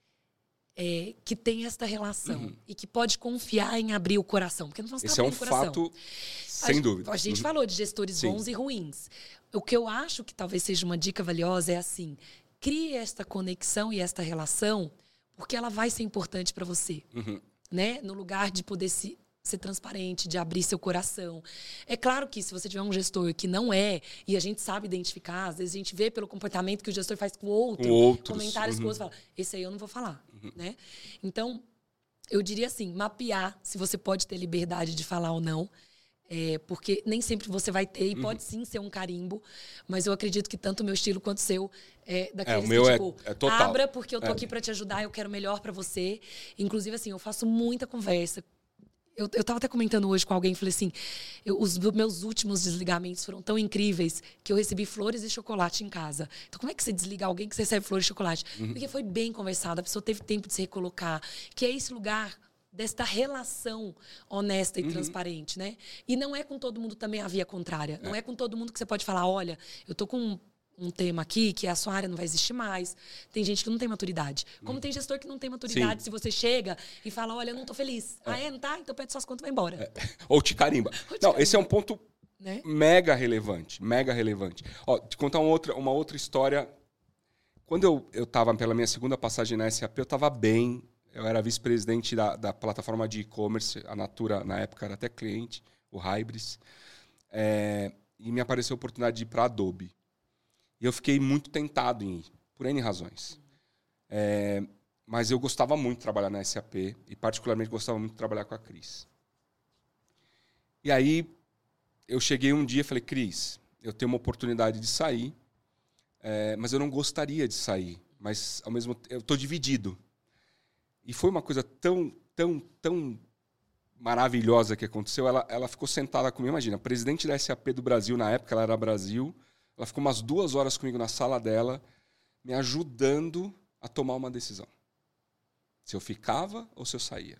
É, que tem esta relação uhum. e que pode confiar em abrir o coração. Porque não vamos Esse é um fato, sem a, dúvida. A gente uhum. falou de gestores Sim. bons e ruins. O que eu acho que talvez seja uma dica valiosa é assim, crie esta conexão e esta relação porque ela vai ser importante para você. Uhum. Né? No lugar de poder se, ser transparente, de abrir seu coração. É claro que se você tiver um gestor que não é, e a gente sabe identificar, às vezes a gente vê pelo comportamento que o gestor faz com outro, com outros. comentários uhum. com outros, fala, esse aí eu não vou falar. Uhum. Né? Então, eu diria assim, mapear se você pode ter liberdade de falar ou não, é, porque nem sempre você vai ter, e uhum. pode sim ser um carimbo, mas eu acredito que tanto o meu estilo quanto o seu é daqueles é, o meu que, tipo, é, é total. abra porque eu tô é. aqui para te ajudar, eu quero melhor para você. Inclusive, assim, eu faço muita conversa. Eu, eu tava até comentando hoje com alguém, falei assim, eu, os meus últimos desligamentos foram tão incríveis que eu recebi flores e chocolate em casa. Então, como é que você desliga alguém que você recebe flores e chocolate? Uhum. Porque foi bem conversado, a pessoa teve tempo de se recolocar, que é esse lugar desta relação honesta e uhum. transparente, né? E não é com todo mundo também a via contrária. É. Não é com todo mundo que você pode falar, olha, eu tô com... um um tema aqui, que a sua área não vai existir mais. Tem gente que não tem maturidade. Como hum. tem gestor que não tem maturidade, Sim. se você chega e fala, olha, eu não tô feliz. É. Ah, é? Não tá? Então pede suas contas e vai embora. É. Ou te carimba. Ou te não, carimba. Esse é um ponto né? mega relevante. Mega relevante. Ó, te contar uma outra, uma outra história. Quando eu, eu tava pela minha segunda passagem na S A P, eu tava bem. Eu era vice-presidente da, da plataforma de e-commerce. A Natura, na época, era até cliente. O Hybris. É, e me apareceu a oportunidade de ir para a Adobe. E eu fiquei muito tentado em ir, por N razões. É, mas eu gostava muito de trabalhar na S A P e, particularmente, gostava muito de trabalhar com a Cris. E aí, eu cheguei um dia e falei, Cris, eu tenho uma oportunidade de sair, é, mas eu não gostaria de sair. Mas, ao mesmo tempo, eu estou dividido. E foi uma coisa tão, tão, tão maravilhosa que aconteceu. Ela, ela ficou sentada comigo, imagina, a presidente da S A P do Brasil, na época, ela era Brasil. Ela ficou umas duas horas comigo na sala dela, me ajudando a tomar uma decisão. Se eu ficava ou se eu saía.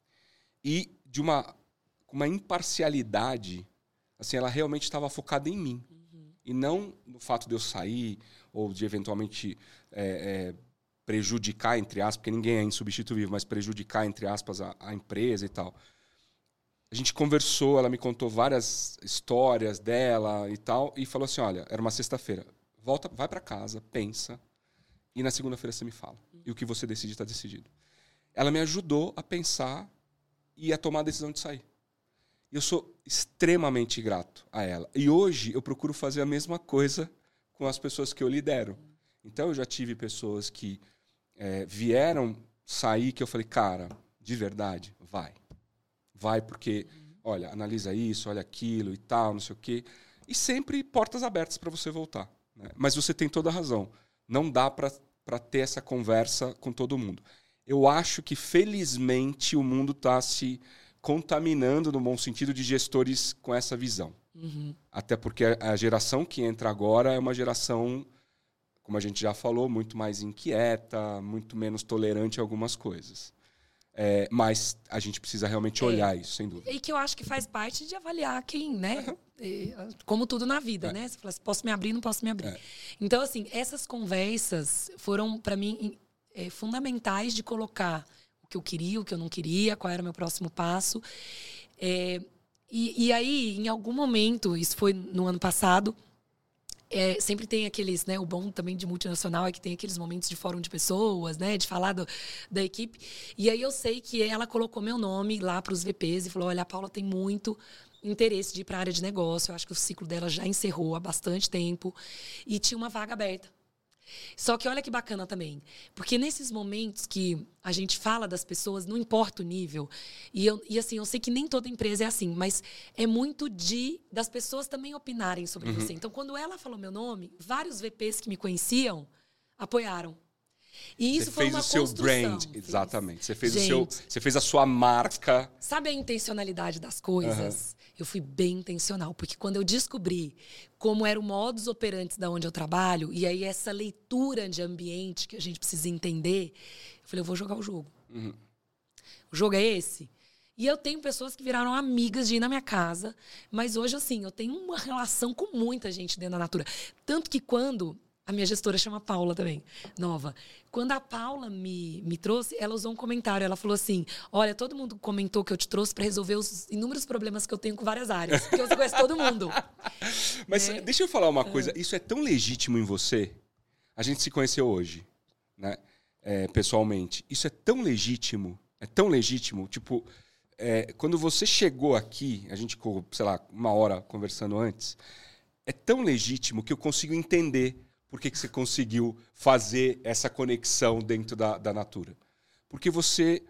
E de uma, com uma imparcialidade, assim, ela realmente estava focada em mim. Uhum. E não no fato de eu sair ou de eventualmente é, é, prejudicar, entre aspas, porque ninguém é insubstituível, mas prejudicar, entre aspas, a, a empresa e tal. A gente conversou, ela me contou várias histórias dela e tal, e falou assim, olha, era uma sexta-feira, volta, vai para casa, pensa, e na segunda-feira você me fala. E o que você decide está decidido. Ela me ajudou a pensar e a tomar a decisão de sair. E eu sou extremamente grato a ela. E hoje eu procuro fazer a mesma coisa com as pessoas que eu lidero. Então eu já tive pessoas que é, vieram sair, que eu falei, cara, de verdade, vai. Vai porque, olha, analisa isso, olha aquilo e tal, não sei o quê. E sempre portas abertas para você voltar. Né? Mas você tem toda a razão. Não dá para ter essa conversa com todo mundo. Eu acho que, felizmente, o mundo está se contaminando, no bom sentido, de gestores com essa visão. Uhum. Até porque a geração que entra agora é uma geração, como a gente já falou, muito mais inquieta, muito menos tolerante a algumas coisas. É, mas a gente precisa realmente olhar é, isso, sem dúvida. E que eu acho que faz parte de avaliar quem, né? como tudo na vida, é. né? Você fala assim, posso me abrir, não posso me abrir. É. Então, assim, essas conversas foram, para mim, é, fundamentais de colocar o que eu queria, o que eu não queria, qual era o meu próximo passo. É, e, e aí, em algum momento, isso foi no ano passado, é, sempre tem aqueles, né? O bom também de multinacional é que tem aqueles momentos de fórum de pessoas, né? De falar do, da equipe. E aí eu sei que ela colocou meu nome lá para os V Ps e falou, olha, a Paula tem muito interesse de ir para a área de negócio. Eu acho que o ciclo dela já encerrou há bastante tempo. E tinha uma vaga aberta. Só que olha que bacana também. Porque nesses momentos que a gente fala das pessoas, não importa o nível. E, eu, e assim, eu sei que nem toda empresa é assim. Mas é muito de das pessoas também opinarem sobre uhum. você. Então, quando ela falou meu nome, vários V Ps que me conheciam apoiaram. E isso você foi fez uma o seu construção. brand, exatamente. Você fez Gente, o seu, você fez a sua marca. Sabe a intencionalidade das coisas? Uhum. Eu fui bem intencional, porque quando eu descobri como era o modus operandi da onde eu trabalho, e aí essa leitura de ambiente que a gente precisa entender, eu falei, eu vou jogar o jogo. Uhum. O jogo é esse? E eu tenho pessoas que viraram amigas de ir na minha casa, mas hoje, assim, eu tenho uma relação com muita gente dentro da Natura. Tanto que quando... A minha gestora chama Paula também, nova. Quando a Paula me, me trouxe, ela usou um comentário. Ela falou assim, olha, todo mundo comentou que eu te trouxe para resolver os inúmeros problemas que eu tenho com várias áreas. Porque você conhece todo mundo. Mas né? Deixa eu falar uma coisa. Isso é tão legítimo em você. A gente se conheceu hoje, né? É, pessoalmente. Isso é tão legítimo. É tão legítimo. Tipo, é, quando você chegou aqui, a gente ficou, sei lá, uma hora conversando antes. É tão legítimo que eu consigo entender... Por que, que você conseguiu fazer essa conexão dentro da, da Natura? Porque você,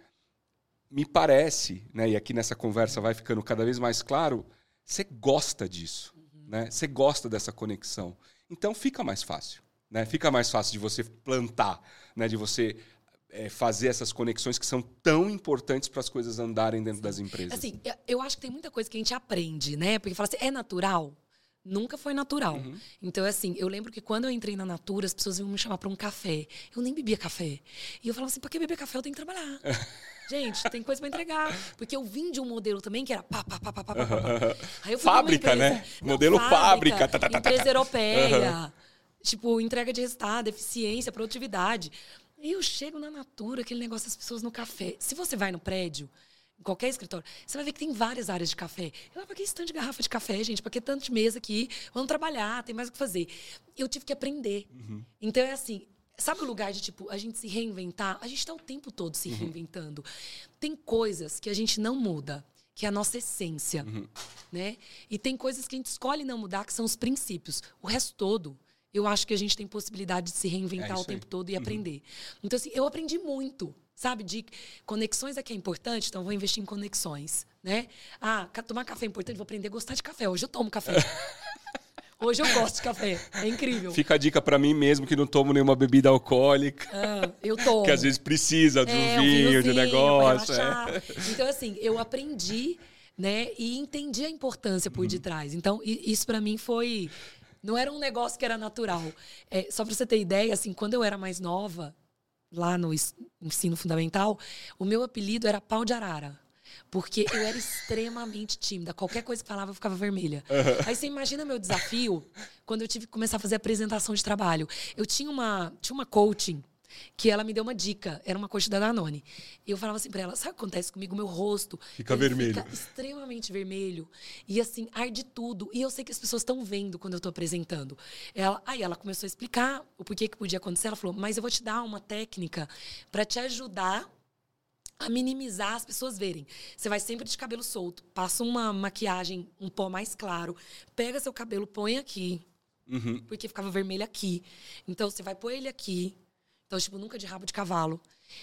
me parece, né, e aqui nessa conversa vai ficando cada vez mais claro, você gosta disso. Uhum. Né? Você gosta dessa conexão. Então fica mais fácil. Né? Fica mais fácil de você plantar, né? De você é, fazer essas conexões que são tão importantes para as coisas andarem dentro Sim. das empresas. Assim, eu acho que tem muita coisa que a gente aprende, né? Porque fala assim, é natural? Nunca foi natural. Uhum. Então, assim, eu lembro que quando eu entrei na Natura, as pessoas iam me chamar para um café. Eu nem bebia café. E eu falava assim, pra que beber café? Eu tenho que trabalhar. Gente, tem coisa para entregar. Porque eu vim de um modelo também que era pá, pá, pá, pá, pá, pá, pá. Aí eu fui fábrica, empresa, né? Não, modelo fábrica. fábrica fábrica empresa europeia. Uhum. Tipo, entrega de resultado, eficiência, produtividade. E eu chego na Natura, aquele negócio das pessoas no café. Se você vai no prédio... Em qualquer escritório, você vai ver que tem várias áreas de café. Eu, para que esse tanto de garrafa de café, gente? Para que tanto de mesa aqui? Vamos trabalhar, tem mais o que fazer. Eu tive que aprender. Uhum. Então, é assim, sabe o lugar de, tipo, a gente se reinventar? A gente está o tempo todo se uhum. reinventando. Tem coisas que a gente não muda, que é a nossa essência. Uhum. Né? E tem coisas que a gente escolhe não mudar, que são os princípios. O resto todo, eu acho que a gente tem possibilidade de se reinventar é o tempo aí. todo e uhum. aprender. Então, assim, eu aprendi muito. Sabe, de conexões é que é importante, então vou investir em conexões, né? Ah, tomar café é importante, vou aprender a gostar de café. Hoje eu tomo café. Hoje eu gosto de café. É incrível. Fica a dica pra mim mesmo, que não tomo nenhuma bebida alcoólica. Ah, eu tomo. Que às vezes precisa de um é, vinho, um de negócio. É. Então, assim, eu aprendi, né? E entendi a importância por uhum. detrás. Então, isso pra mim foi... Não era um negócio que era natural. É, só pra você ter ideia, assim, quando eu era mais nova... lá no ensino fundamental, o meu apelido era Pau de Arara. Porque eu era extremamente tímida. Qualquer coisa que falava, eu ficava vermelha. Uhum. Aí você imagina meu desafio quando eu tive que começar a fazer apresentação de trabalho. Eu tinha uma, tinha uma coaching que ela me deu uma dica. Era uma coach da Danone. E eu falava assim pra ela, sabe o que acontece comigo? Meu rosto fica vermelho. Fica extremamente vermelho. E assim, arde tudo. E eu sei que as pessoas estão vendo quando eu tô apresentando. Ela, aí ela começou a explicar o porquê que podia acontecer. Ela falou, mas eu vou te dar uma técnica pra te ajudar a minimizar as pessoas verem. Você vai sempre de cabelo solto. Passa uma maquiagem, um pó mais claro. Pega seu cabelo, põe aqui. Uhum. Porque ficava vermelho aqui. Então, você vai pôr ele aqui. Então, tipo, nunca de rabo de cavalo.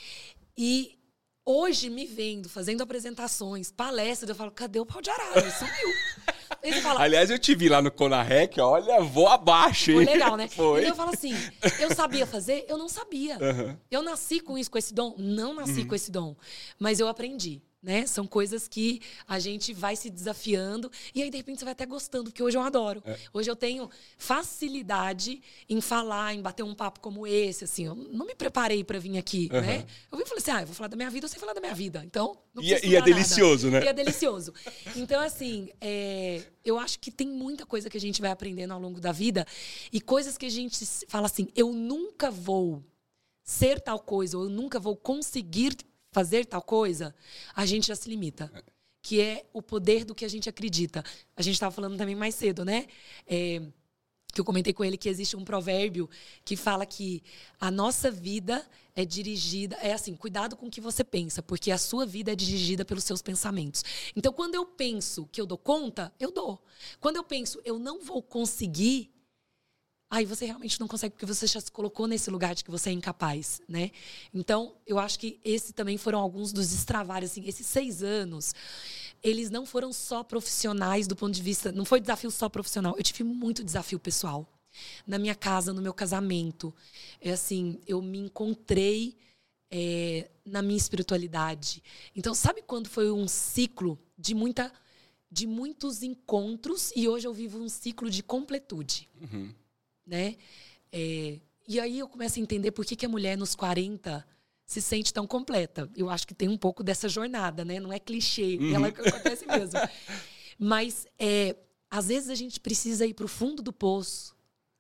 E hoje, me vendo, fazendo apresentações, palestras, eu falo, cadê o Pau de Arara? Ele sumiu. Ele fala, aliás, eu te vi lá no Conarec, olha, vou abaixo, hein? Foi legal, né? Foi. Então eu falo assim, eu sabia fazer? Eu não sabia. Uhum. Eu nasci com isso, com esse dom? Não nasci uhum. com esse dom. Mas eu aprendi, né? São coisas que a gente vai se desafiando e aí, de repente, você vai até gostando, porque hoje eu adoro. É. Hoje eu tenho facilidade em falar, em bater um papo como esse, assim. Eu não me preparei para vir aqui, uhum. né? Eu vim e falei assim, ah, eu vou falar da minha vida, eu sei falar da minha vida. Então, não preciso E, e é nada. delicioso, né? E é delicioso. Então, assim, é, eu acho que tem muita coisa que a gente vai aprendendo ao longo da vida e coisas que a gente fala assim, eu nunca vou ser tal coisa, ou eu nunca vou conseguir fazer tal coisa, a gente já se limita. Que é o poder do que a gente acredita. A gente estava falando também mais cedo, né? É, que eu comentei com ele que existe um provérbio que fala que a nossa vida é dirigida... É assim, cuidado com o que você pensa, porque a sua vida é dirigida pelos seus pensamentos. Então, quando eu penso que eu dou conta, eu dou. Quando eu penso, eu não vou conseguir... Aí você realmente não consegue, porque você já se colocou nesse lugar de que você é incapaz, né? Então, eu acho que esses também foram alguns dos destravalhos, assim, esses seis anos, eles não foram só profissionais do ponto de vista... Não foi desafio só profissional, eu tive muito desafio pessoal. Na minha casa, no meu casamento. É assim, eu me encontrei é, na minha espiritualidade. Então, sabe quando foi um ciclo de, muita, de muitos encontros e hoje eu vivo um ciclo de completude? Uhum. Né? É, e aí eu começo a entender por que, que a mulher nos quarenta se sente tão completa. Eu acho que tem um pouco dessa jornada, né? Não é clichê, uhum. ela acontece mesmo. Mas, é, às vezes, a gente precisa ir para o fundo do poço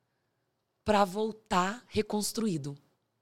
para voltar reconstruído.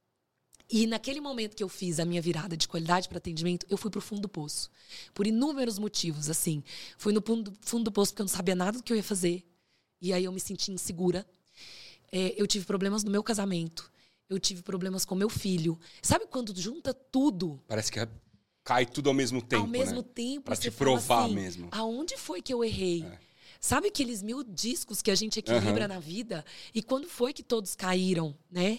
E naquele momento que eu fiz a minha virada de qualidade para atendimento, eu fui para o fundo do poço. Por inúmeros motivos, assim. Fui no fundo, fundo do poço porque eu não sabia nada do que eu ia fazer. E aí eu me senti insegura. É, eu tive problemas no meu casamento. Eu tive problemas com meu filho. Sabe quando junta tudo? Parece que cai tudo ao mesmo tempo, Ao mesmo né? tempo. Pra te provar assim, mesmo. Aonde foi que eu errei? É. Sabe aqueles mil discos que a gente equilibra uhum. na vida? E quando foi que todos caíram, né?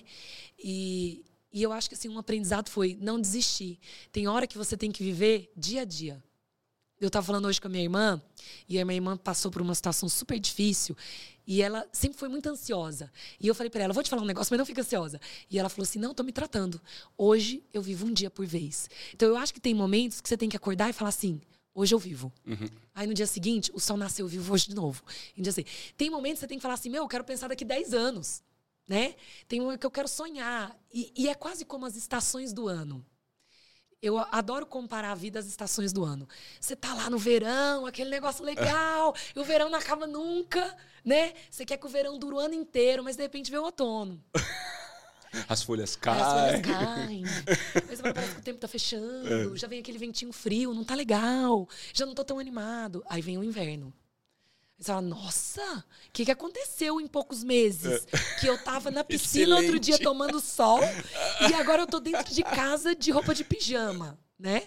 E, e eu acho que assim, um aprendizado foi não desistir. Tem hora que você tem que viver dia a dia. Eu estava falando hoje com a minha irmã, e a minha irmã passou por uma situação super difícil, e ela sempre foi muito ansiosa. E eu falei para ela, vou te falar um negócio, mas não fica ansiosa. E ela falou assim, não, estou me tratando. Hoje eu vivo um dia por vez. Então eu acho que tem momentos que você tem que acordar e falar assim, hoje eu vivo. Uhum. Aí no dia seguinte, o sol nasceu, eu vivo hoje de novo. E no dia seguinte, tem momentos que você tem que falar assim, meu, eu quero pensar daqui dez anos. Né? Tem um que eu quero sonhar. E, e é quase como as estações do ano. Eu adoro comparar a vida às estações do ano. Você tá lá no verão, aquele negócio legal, e o verão não acaba nunca, né? Você quer que o verão dure o ano inteiro, mas de repente vem o outono. As folhas caem. As folhas caem. Mas parece que o tempo tá fechando, é. já vem aquele ventinho frio, não tá legal, já não tô tão animado. Aí vem o inverno. Você fala, nossa, o que, que aconteceu em poucos meses? É. Que eu tava na piscina Excelente. Outro dia tomando sol e agora eu tô dentro de casa de roupa de pijama, né?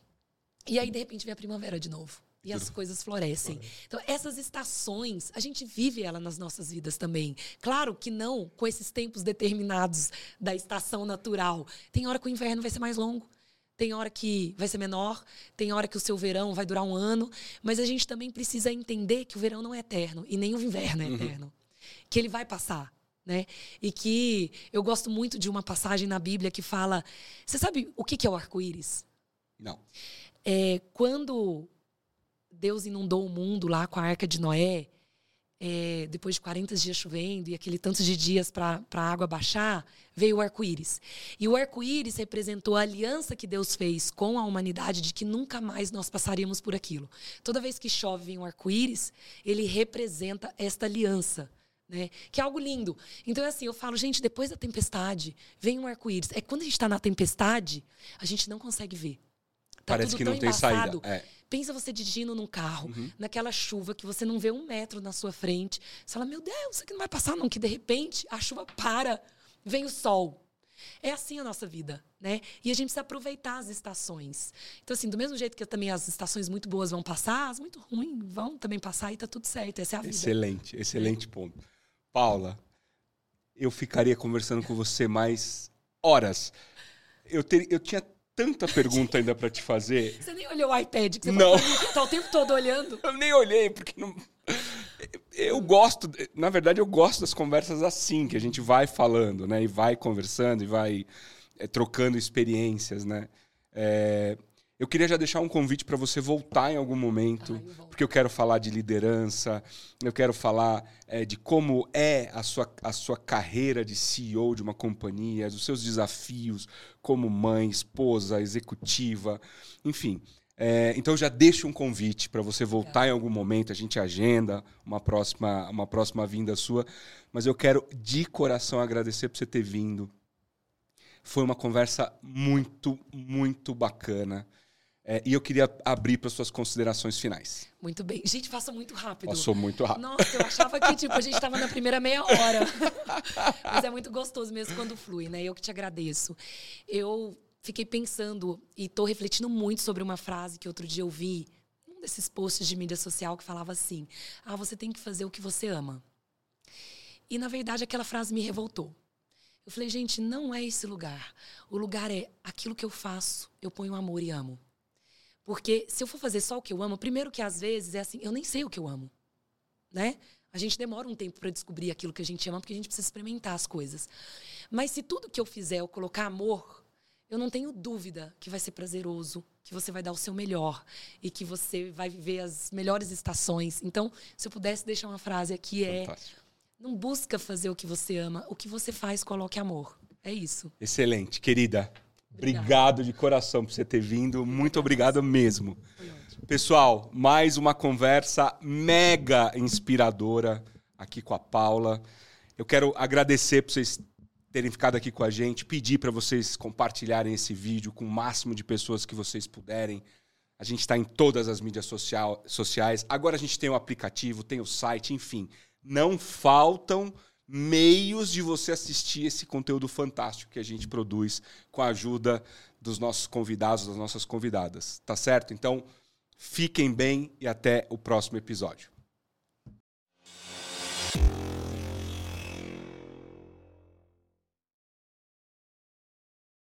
E aí, de repente, vem a primavera de novo. E as coisas florescem. Então, essas estações, a gente vive ela nas nossas vidas também. Claro que não com esses tempos determinados da estação natural. Tem hora que o inverno vai ser mais longo. Tem hora que vai ser menor, tem hora que o seu verão vai durar um ano, mas a gente também precisa entender que o verão não é eterno e nem o inverno é eterno. Uhum. Que ele vai passar, né? E que eu gosto muito de uma passagem na Bíblia que fala... Você sabe o que é o arco-íris? Não. É, quando Deus inundou o mundo lá com a Arca de Noé, é, depois de quarenta dias chovendo e aquele tanto de dias para a água baixar, veio o arco-íris. E o arco-íris representou a aliança que Deus fez com a humanidade de que nunca mais nós passaríamos por aquilo. Toda vez que chove vem o arco-íris, ele representa esta aliança, né? Que é algo lindo. Então, é assim, eu falo, gente, depois da tempestade, vem um arco-íris. É quando a gente está na tempestade, a gente não consegue ver. Tá Parece que não tem saída. É. Pensa você dirigindo num carro, uhum. naquela chuva que você não vê um metro na sua frente. Você fala, meu Deus, isso aqui não vai passar não. Que de repente a chuva para, vem o sol. É assim a nossa vida, né? E a gente precisa aproveitar as estações. Então, assim, do mesmo jeito que também as estações muito boas vão passar, as muito ruins vão também passar e tá tudo certo. Essa é a vida. Excelente, excelente é. ponto. Paula, eu ficaria conversando com você mais horas. Eu, ter, eu tinha... tanta pergunta ainda para te fazer. Você nem olhou o iPad que você não. Falou, tá o tempo todo olhando? Eu nem olhei, porque não... Eu gosto, na verdade, eu gosto das conversas assim, que a gente vai falando, né? E vai conversando, e vai é, trocando experiências, né? É... Eu queria já deixar um convite para você voltar em algum momento, Ah, eu porque eu quero falar de liderança, eu quero falar é, de como é a sua, a sua carreira de C E O de uma companhia, os seus desafios como mãe, esposa, executiva, enfim. É, então já deixo um convite para você voltar em algum momento, a gente agenda uma próxima, uma próxima vinda sua, mas eu quero de coração agradecer por você ter vindo. Foi uma conversa muito, muito bacana. É, e eu queria abrir para suas considerações finais. Muito bem. Gente, passa muito rápido. Passou muito rápido. Nossa, eu achava que tipo, a gente estava na primeira meia hora. Mas é muito gostoso mesmo quando flui, né? Eu que te agradeço. Eu fiquei pensando e estou refletindo muito sobre uma frase que outro dia eu vi, um desses posts de mídia social que falava assim, ah, você tem que fazer o que você ama. E, na verdade, aquela frase me revoltou. Eu falei, gente, não é esse lugar. O lugar é aquilo que eu faço, eu ponho amor e amo. Porque se eu for fazer só o que eu amo, primeiro que às vezes é assim, eu nem sei o que eu amo, né? A gente demora um tempo para descobrir aquilo que a gente ama, porque a gente precisa experimentar as coisas. Mas se tudo que eu fizer eu colocar amor, eu não tenho dúvida que vai ser prazeroso, que você vai dar o seu melhor e que você vai viver as melhores estações. Então, se eu pudesse deixar uma frase aqui é, fantástico. Não busca fazer o que você ama, o que você faz, coloque amor. É isso. Excelente, querida. Obrigada. Obrigado de coração por você ter vindo. Muito obrigado mesmo. Pessoal, mais uma conversa mega inspiradora aqui com a Paula. Eu quero agradecer por vocês terem ficado aqui com a gente, pedir para vocês compartilharem esse vídeo com o máximo de pessoas que vocês puderem. A gente está em todas as mídias social, sociais. Agora a gente tem o aplicativo, tem o site, enfim. Não faltam meios de você assistir esse conteúdo fantástico que a gente produz com a ajuda dos nossos convidados, das nossas convidadas. Tá certo? Então, fiquem bem e até o próximo episódio.